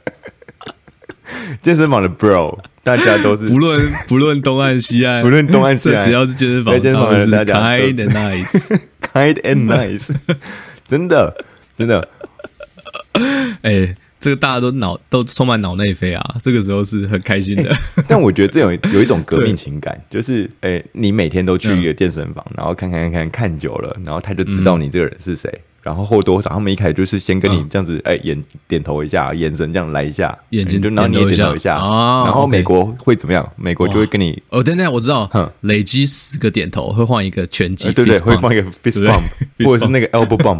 B: 健身房的 bro 大家都是
A: 不论东岸西岸，只要是健身房，
B: 在健身房的大家
A: kind and nice。kind
B: and nice。真的。
A: 这个大家都充满脑内啡啊，这个时候是很开心的。
B: 但我觉得这有一种革命情感，就是你每天都去一个健身房，然后看久了，然后他就知道你这个人是谁，然后或多或少他们一开始就是先跟你这样子，点头一下，眼神这样来一下，
A: 眼睛
B: 就然后你也点头一下，然后美国会怎么样？美国就会跟你
A: 等我知道，累积10个点头会换一个拳击，
B: 对，会放一个 fist bump， 或者是那个 elbow bump。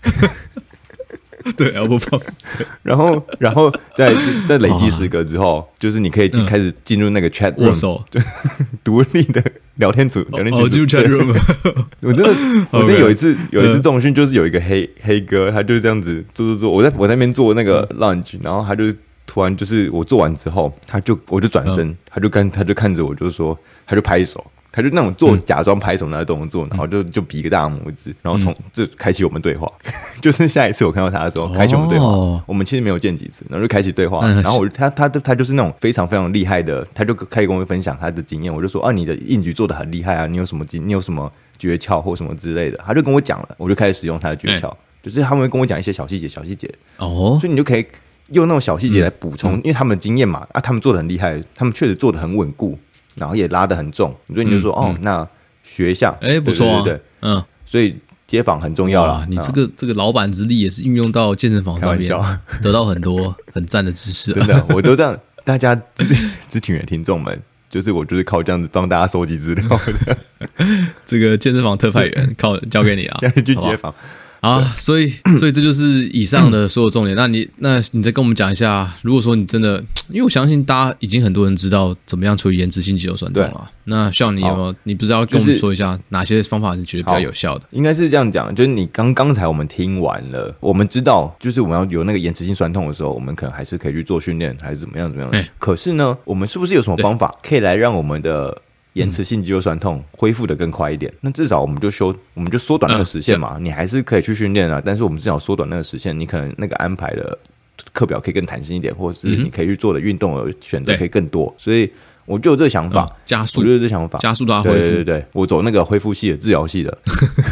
A: 对 elbow bump。
B: 然后再累积10个之后，就是你可以开始进入那个 chat room， 独立的聊天组。进入
A: chat room。
B: 我真的有一次重训，就是有一个黑哥，他就这样子做，我在那边做那个 lunge， 然后他就突然就是我做完之后，我就转身，他就看着我，就说他就拍手。他就那种做假装拍手那个动作，然后就比一个大拇指，然后这开启我们对话。就是下一次我看到他的时候，开启我们对话。我们其实没有见几次，然后就开启对话。然后他就是那种非常非常厉害的，他就开始跟我分享他的经验。我就说你的硬举做得很厉害啊，你有什么诀窍或什么之类的。他就跟我讲了，我就开始使用他的诀窍。 就是他们会跟我讲一些小细节
A: 哦，
B: 所以你就可以用那种小细节来补充，因为他们的经验嘛，他们做的很厉害，他们确实做的很稳固，然后也拉得很重，所以你就说那学一下，
A: 不错啊，
B: 对，所以街访很重要啦。
A: 你这个老板之力也是运用到健身房上面，得到很多很赞的知识，
B: 真的，我都这样，大家知情的听众们。就是我就是靠这样子帮大家收集资料的，
A: 这个健身房特派员靠交给你啊，
B: 这样去街访
A: 啊，所以这就是以上的所有重点。那你再跟我们讲一下，如果说你真的，因为我相信大家已经很多人知道怎么样处理延迟性肌肉酸痛了。那像你有没有？你不是要跟我们说一下哪些方法是觉得比较有效的？
B: 应该是这样讲，就是你刚才我们听完了，我们知道，就是我们要有那个延迟性酸痛的时候，我们可能还是可以去做训练，还是怎么样。可是呢，我们是不是有什么方法可以来让我们的延迟性肌肉酸痛恢复的更快一点？那至少我们就缩短那个时限嘛。你还是可以去训练啊，但是我们至少缩短那个时限。你可能那个安排的课表可以更弹性一点，或者是你可以去做的运动的选择可以更多。所以我就有这个想法，
A: 加速，
B: 我就有这个想法，
A: 加速它恢复。
B: 对，我走那个恢复系的治疗系的。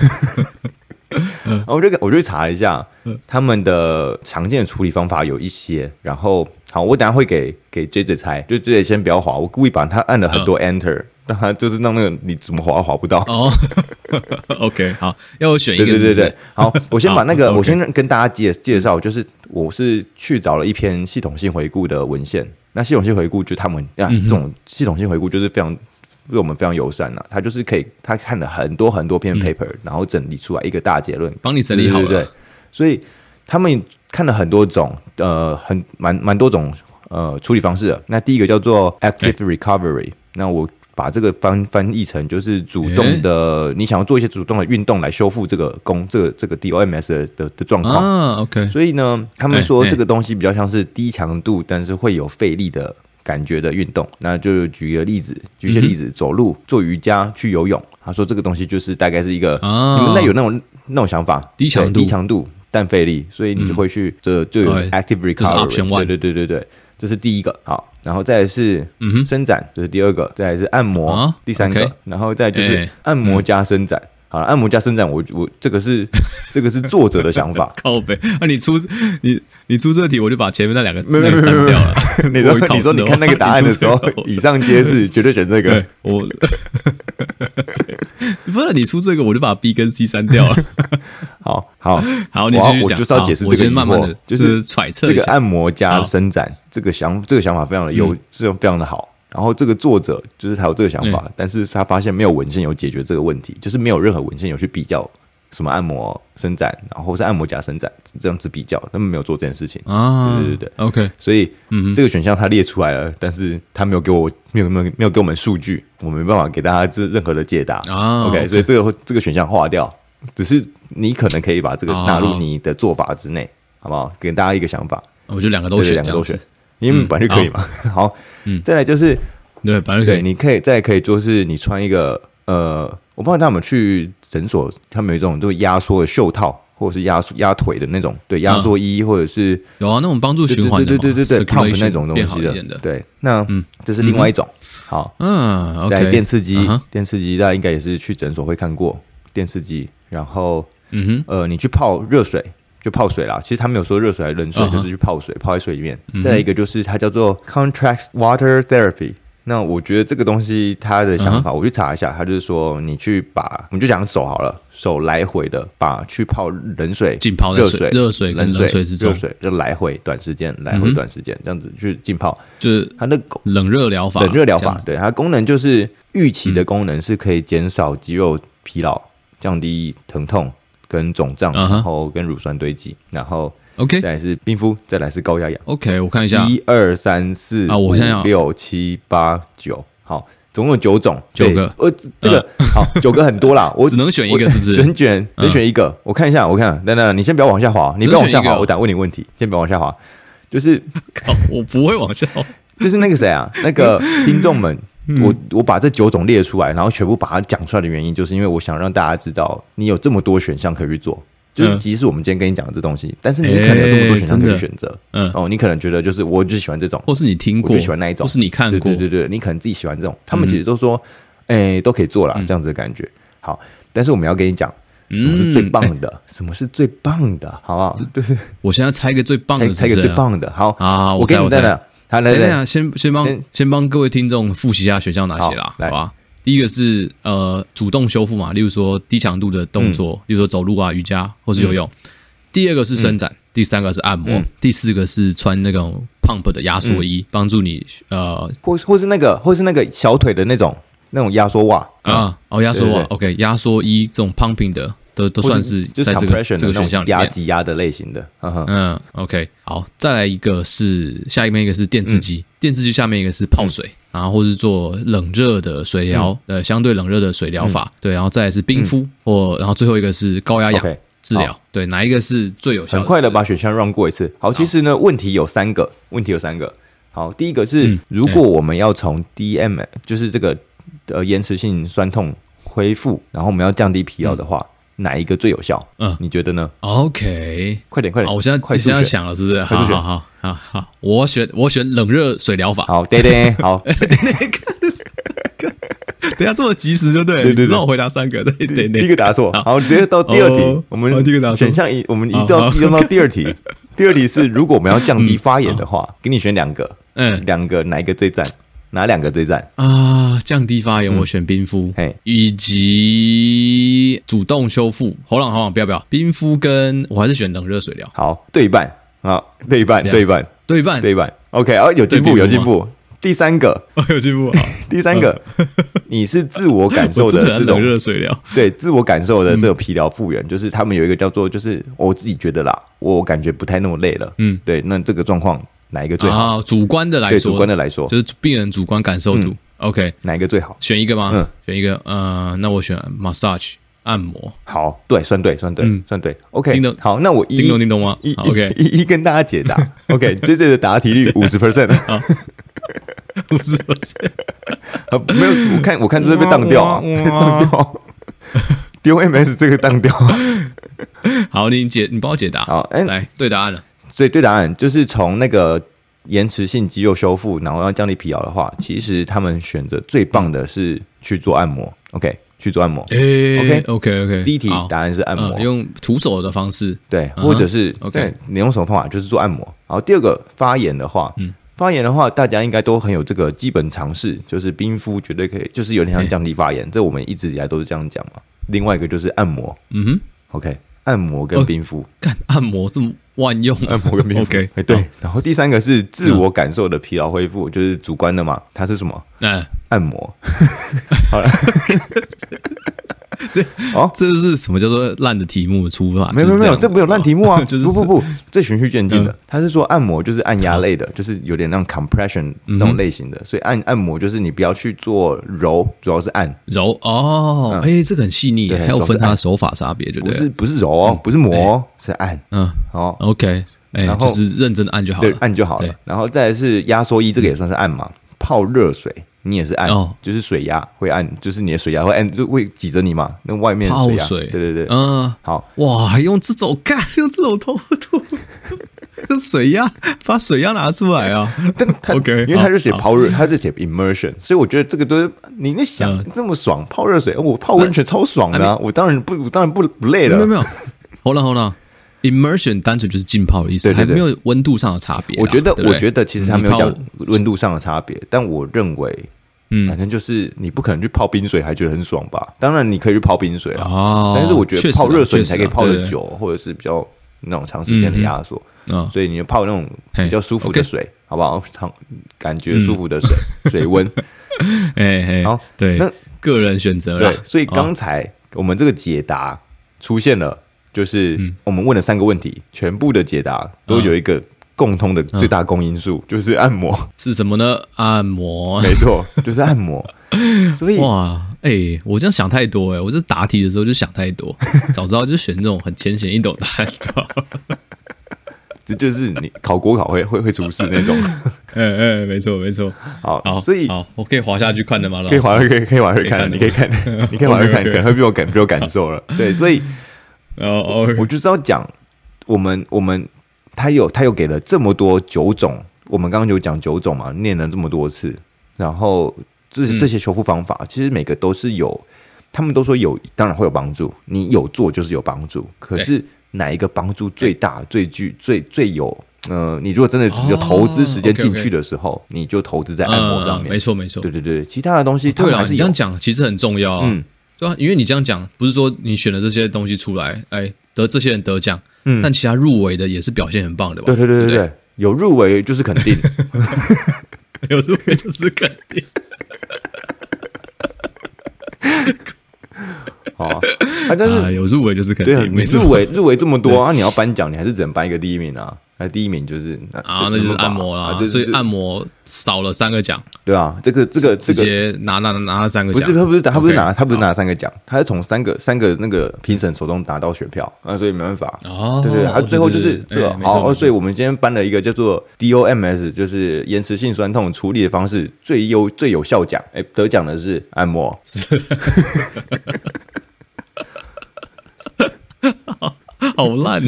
B: 然后我就查了一下他们的常见的处理方法有一些，然后好，我等一下会给 JJ 猜，就 JJ 先不要滑，我故意把他按了很多 Enter，让他就是让那个你怎么滑都滑不到。
A: 哦，OK， 好，要我选一个是不是？
B: 对，好，我先把那个，我先跟大家介绍，就是我是去找了一篇系统性回顾的文献。那系统性回顾就他们这种系统性回顾就是非常对我们非常友善他就是他看了很多篇 paper，然后整理出来一个大结论，
A: 帮你整理好了。
B: 对，所以他们看了很多种蛮多种处理方式的。那第一个叫做 active recovery，那我把这个翻译成就是主动的，你想要做一些主动的运动来修复这个DOMS 的状况。
A: OK，
B: 所以呢，他们说这个东西比较像是低强度，但是会有费力的感觉的运动。那就举一些例子，走路、做瑜伽、去游泳。他说这个东西就是大概是一个，你们有那种想法，
A: 低强度
B: 但费力，所以你就会去就有 active recovery，
A: 这是 option one，
B: 对，这是第一个。好，然后再来是伸展，这是第二个，再来是按摩，第三个，然后再来就是按摩加伸展。好了，按摩加伸展，我这个是作者的想法。
A: 靠北，你出这题，我就把前面那两个删掉了。
B: 你说你看那个答案的时候，以上皆是，绝对选这个。
A: 我不是你出这个，我就把 B 跟 C 删掉了。
B: 好，
A: 你继续讲。
B: 我就是要解释这个疑惑，
A: 慢慢的就是揣测
B: 这个按摩加伸展，这个想法非常的非常的好。然后这个作者就是他有这个想法，但是他发现没有文献有解决这个问题，就是没有任何文献有去比较什么按摩伸展，然后是按摩加伸展这样子比较，他们没有做这件事情啊。对
A: ，OK，
B: 所以这个选项他列出来了，但是他没有给我们数据，我没办法给大家任何的解答啊。OK， 所以这个选项划掉，只是你可能可以把这个纳入你的做法之内，好不好？给大家一个想法，
A: 我觉得两个都选，
B: 因为本来就可以嘛。好，再来就是
A: 对，本来可以，
B: 你可以就是你穿一个我不知道他们去诊所，他们有一种就压缩的袖套，或者是压腿的那种，对，压缩衣，或者是
A: 有那种帮助循环的，
B: 对 pump 那种东西的，对，那这是另外一种。好，在电刺激，大家应该也是去诊所会看过电刺激，然后你去泡热水。就泡水啦，其实他没有说热水还是冷水，就是去泡水，泡在水里面。再来一个就是它叫做 contrast water therapy。那我觉得这个东西它的想法，我去查一下，它就是说你去把，我们就讲手好了，手来回的把去泡冷水、
A: 浸泡热水跟冷水之中，
B: 热水就来回短时间这样子去浸泡，
A: 就是它的冷热疗法。
B: 对，它功能就是预期的功能是可以减少肌肉疲劳，降低疼痛跟肿胀，然后跟乳酸堆积，然后
A: OK，
B: 再来是冰敷，再来是高压氧。
A: OK， 我看一下
B: ，1、2、3、4、5、6、7、8、9，好，总共有9种
A: ，9个。
B: 这个好，9个很多啦，我
A: 只能选一个，是不是？
B: 只能选一个。我看一下，等，你先不要往下滑，你不要往下滑，我等问你问题，先不要往下滑。就是
A: 我不会往下滑，
B: 就是那个谁啊，那个听众们。我把这9种列出来，然后全部把它讲出来的原因，就是因为我想让大家知道，你有这么多选项可以去做。就是即使我们今天跟你讲的这东西，但是你可能有这么多选项可以选择。你可能觉得就是我就喜欢这种，
A: 或是你听过，
B: 我就喜欢那一种，
A: 或是你看过，
B: 对，你可能自己喜欢这种。他们其实都说，都可以做啦，这样子的感觉。好，但是我们要跟你讲， 什么是最棒的？什么是最棒的？好不好？就是
A: 我现在猜一个最棒的，
B: 猜一个最棒的。好
A: 啊，
B: 我给你在哪？好，来，
A: 先帮各位听众复习一下选项哪些啦，好吧？第一个是主动修复嘛，例如说低强度的动作，例如说走路啊、瑜伽或是游泳。第二个是伸展，第三个是按摩，第四个是穿那种 pump 的压缩衣，帮助你
B: 或是那个小腿的那种压缩袜
A: 压缩袜 ，OK， 压缩衣这种 pumping 的都算是在这个选项里面
B: 挤压的类型的。
A: OK， 好，再来一个是下面一个是电刺激，电刺激下面一个是泡水。然后或是做冷热的水疗，相对冷热的水疗法，对，然后再来是冰敷，然后最后一个是高压氧治疗，对，哪一个是最有效的？
B: 很快的把选项run过一次。好，其实呢，问题有三个。好，第一个是，如果我们要从 DM， 就是这个延迟性酸痛恢复，然后我们要降低疲劳的话，哪一个最有效？你觉得呢
A: ？OK，
B: 快点，
A: 我现在想了，是不是？好，我选冷热水疗法。
B: 好，对，好。
A: 等一下这么及时就对，让我回答三个，对，
B: 第一个答错。好，直接到第二题。我们选项我们移动到第二题。第二题是，如果我们要降低发炎的话，给你选两个，哪一个最赞？哪两个最赞
A: 啊？降低发炎，我选冰敷，以及主动修复。好冷，不要，冰敷跟我还是选冷热水疗。
B: 好，对一半啊，对一半。OK， 有进步。第三个
A: 有进步。
B: 第三个，你是自我感受的这种
A: 冷热水疗，
B: 对，自我感受的这个疲劳复原，就是他们有一个叫做，就是我自己觉得啦，我感觉不太那么累了。对，那这个状况哪一个最好？
A: 主观的来说，
B: 对，主观的来说，
A: 就是病人主观感受度。OK，
B: 哪一个最好？
A: 选一个吗？选一个。那我选 massage 按摩。
B: 好，对，算对。OK， 好，那我
A: 听懂吗？OK，
B: 一跟大家解答。OK， 这的答题率50%。
A: 50%，
B: 没有，我看这被当掉啊，丢 MS 这个当掉。
A: 好，你帮我解答。
B: 好，
A: 来对答案了。
B: 所以对答案就是从那个延迟性肌肉修复，然后要降低疲劳的话，其实他们选择最棒的是去做按摩。OK， 去做按摩。
A: OK，
B: 第一题答案是按摩，
A: 用徒手的方式，
B: 对，或者是
A: OK，
B: 你用什么方法？就是做按摩。好，第二个发炎的话，大家应该都很有这个基本常识，就是冰敷绝对可以，就是有点像降低发炎，这我们一直以来都是这样讲嘛。另外一个就是按摩，OK， 按摩跟冰敷，
A: 按摩这么万用，
B: 按摩跟冰敷
A: ，OK，
B: 对。然后第三个是自我感受的疲劳恢复，就是主观的嘛，它是什么？按摩。好了。
A: 这是什么叫做烂的题目的出法？
B: 没有，这没有烂题目啊！不，这循序渐进的。他是说按摩就是按压类的，就是有点那种 compression 那种类型的，所以按摩就是你不要去做揉，主要是按
A: 揉哦。这个很细腻，还有分它的手法差别，对不对？
B: 不是揉哦，不是磨，是按。
A: OK， 就是认真的按就好了，
B: 对，按就好了。然后再来是压缩衣，这个也算是按嘛，泡热水。你也是按，就是水压会按，就是你的水压会按，就会挤着你嘛。那外面水压，
A: 泡水，
B: 对，好
A: 哇，用这种偷渡，用水压把水压拿出来啊。OK，
B: 因为他就写泡热，他就写 immersion， 所以我觉得这个都是你想这么爽，泡热水，我泡温泉超爽的啊，我当然不累了。
A: 没有，好了。Immersion 单纯就是浸泡的意思，还没有温度上的差别。
B: 我觉得其实他没有讲温度上的差别，但我认为，反正就是你不可能去泡冰水还觉得很爽吧？当然你可以去泡冰水啊，但是我觉得泡热水你才可以泡得久，或者是比较那种长时间的压缩，所以你就泡那种比较舒服的水，好不好？感觉舒服的水，水温。
A: 好，对，那个人选择了。
B: 对，所以刚才我们这个解答出现了。就是我们问了3个问题，全部的解答都有一个共通的最大公因数，就是按摩。
A: 是什么呢？按摩，
B: 没错，就是按摩。所以
A: 哇，我这样想太多我这答题的时候就想太多，早知道就选这种很浅显易懂答案就好了。
B: 这就是你考国考会出事那种。
A: 没错。好，
B: 所以
A: 我可以滑下去看的吗？
B: 可以滑下去看，你可以看，你可以滑下去看，可能会比我感受了。对，所以。我就是要讲，我们他有给了这么多9种，我们刚刚就讲9种嘛，念了这么多次，然后这些修复方法，其实每个都是有他们都说有，当然会有帮助，你有做就是有帮助。可是哪一个帮助最大、最有？你如果真的有投资时间进去的时候，你就投资在按摩上面。
A: 没错没错，
B: 对，其他的东西
A: 对
B: 啦，
A: 你这样讲其实很重要啊。对啊，因为你这样讲，不是说你选了这些东西出来，这些人得奖，但其他入围的也是表现很棒的吧？
B: 对，有入围就是肯定，
A: 有入围就是肯定。
B: 好但是
A: 有入围就是肯定，
B: 对，你入围这么多你要颁奖，你还是只能颁一个第一名啊。那第一名就是
A: 那就是按摩啦，所以按摩少了3个奖，
B: 对啊，这个
A: 直接拿了3个奖，
B: 他不是拿3个奖，他是从三个那个评审手中拿到选票所以没办法对，他最后就是这个好，所以我们今天颁了一个叫做 DOMS， 就是延迟性酸痛处理的方式最有效奖，得奖的是按摩，
A: 好烂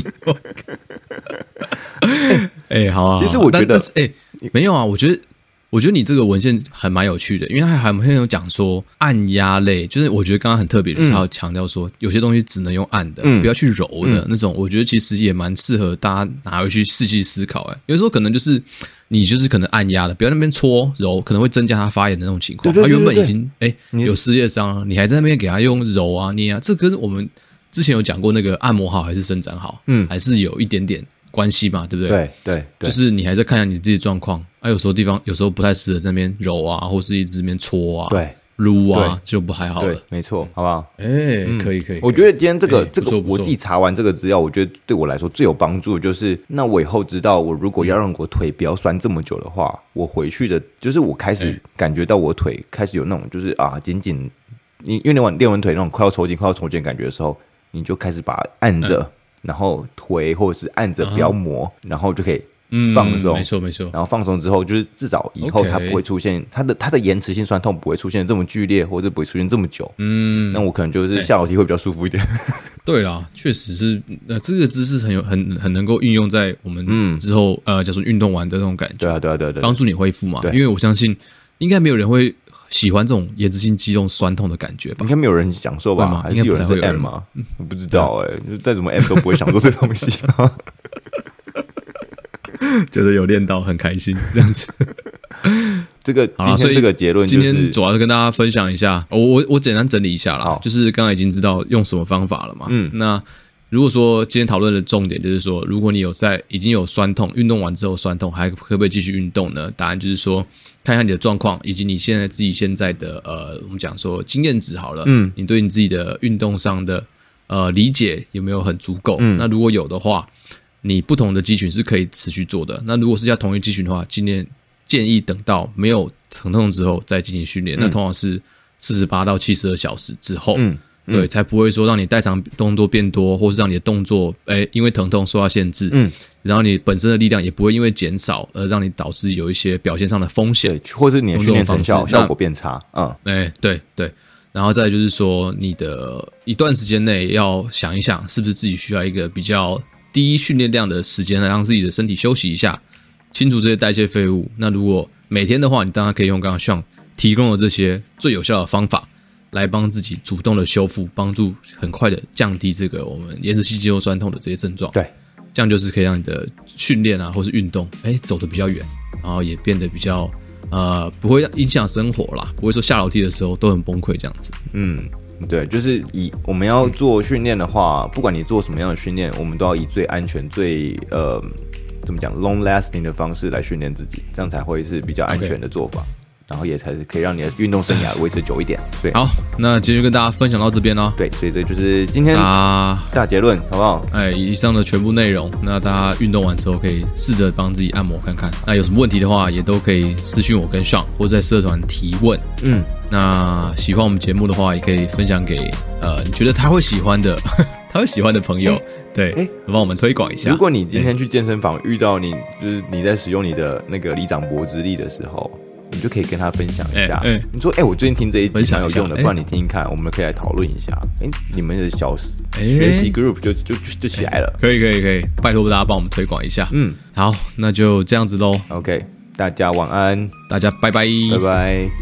A: 好啊。
B: 其实我觉得，
A: 没有啊，我觉得你这个文献还蛮有趣的，因为它还很有讲说按压类，就是我觉得刚刚很特别，就是要强调说有些东西只能用按的，不要去揉的那种。我觉得其实也蛮适合大家拿回去细细思考。有时候可能就是你就是可能按压的，不要那边搓揉，可能会增加它发炎的那种情况。他原本已经有撕裂伤了，你还在那边给他用揉啊捏啊，这跟我们之前有讲过那个按摩好还是伸展好，还是有一点点关系嘛，对不对？
B: 对，
A: 就是你还在看一下你自己的状况有时候不太适合在那边揉啊，或是一直在那边搓啊，
B: 对，
A: 撸啊，就不还好了。
B: 对，没错，好不好？
A: 可以。
B: 我觉得今天这个我自己查完这个资料，我觉得对我来说最有帮助的就是，那我以后知道，我如果要让我腿不要酸这么久的话，我回去的，就是我开始感觉到我腿开始有那种就是紧紧，因为练完腿那种快要抽筋的感觉的时候，你就开始把它按着。然后推或者是按着不要磨，然后就可以放松，
A: 没错。
B: 然后放松之后，就是至少以后它不会出现它的延迟性酸痛不会出现这么剧烈，或者不会出现这么久。那我可能就是下楼梯会比较舒服一点。
A: 对啦，确实是，这个姿势很能够运用在我们之后假如运动完的那种感觉。
B: 对，
A: 帮助你恢复嘛。因为我相信应该没有人会喜欢这种延迟性肌肉酸痛的感觉吧？
B: 应该没有人享受吧？还是有人是 M 吗？我不知道再怎么 M 都不会享受这东西。
A: 觉得有练到很开心这样子。
B: 今天这个结论就是，
A: 今天主要是跟大家分享一下，我简单整理一下啦，就是刚才已经知道用什么方法了嘛。那如果说今天讨论的重点就是说，如果你已经有酸痛，运动完之后酸痛，还可不可以继续运动呢？答案就是说，看一下你的状况，以及你自己现在的我们讲说经验值好了，你对你自己的运动上的理解有没有很足够？那如果有的话，你不同的肌群是可以持续做的。那如果是要同一肌群的话，今天建议等到没有疼痛之后再进行训练，那通常是48到72小时之后。对，才不会说让你代偿动作变多，或是让你的动作因为疼痛受到限制，然后你本身的力量也不会因为减少而让你导致有一些表现上的风险，
B: 或是你的训练成效果变差。
A: 对，然后再来就是说，你的一段时间内要想一想，是不是自己需要一个比较低训练量的时间来让自己的身体休息一下，清除这些代谢废物。那如果每天的话，你当然可以用刚刚Sean提供的这些最有效的方法来帮自己主动的修复，帮助很快的降低这个我们延迟性肌肉酸痛的这些症状。
B: 对，
A: 这样就是可以让你的训练或是运动走得比较远，然后也变得比较不会影响生活啦，不会说下楼梯的时候都很崩溃这样子。
B: 对，就是我们要做训练的话，不管你做什么样的训练，我们都要以最安全、最怎么讲 long lasting 的方式来训练自己，这样才会是比较安全的做法。然后也才是可以让你的运动生涯维持久一点。对，
A: 好，那今天就跟大家分享到这边咯。
B: 对，所以这就是今天大结论，好不好？
A: 以上的全部内容，那大家运动完之后可以试着帮自己按摩看看。那有什么问题的话，也都可以私讯我跟Sean，或者在社团提问。那喜欢我们节目的话，也可以分享给你觉得他会喜欢的朋友。对，帮我们推广一下。
B: 如果你今天去健身房遇到就是你在使用你的那个里长脖之力的时候，你就可以跟他分享一下。你说我最近听这一集蛮有用的，不然你听听看，我们可以来讨论一下。你们的小学习 group 就起来了。
A: 可以，拜托大家帮我们推广一下。好，那就这样子咯。
B: OK， 大家晚安，
A: 大家拜拜。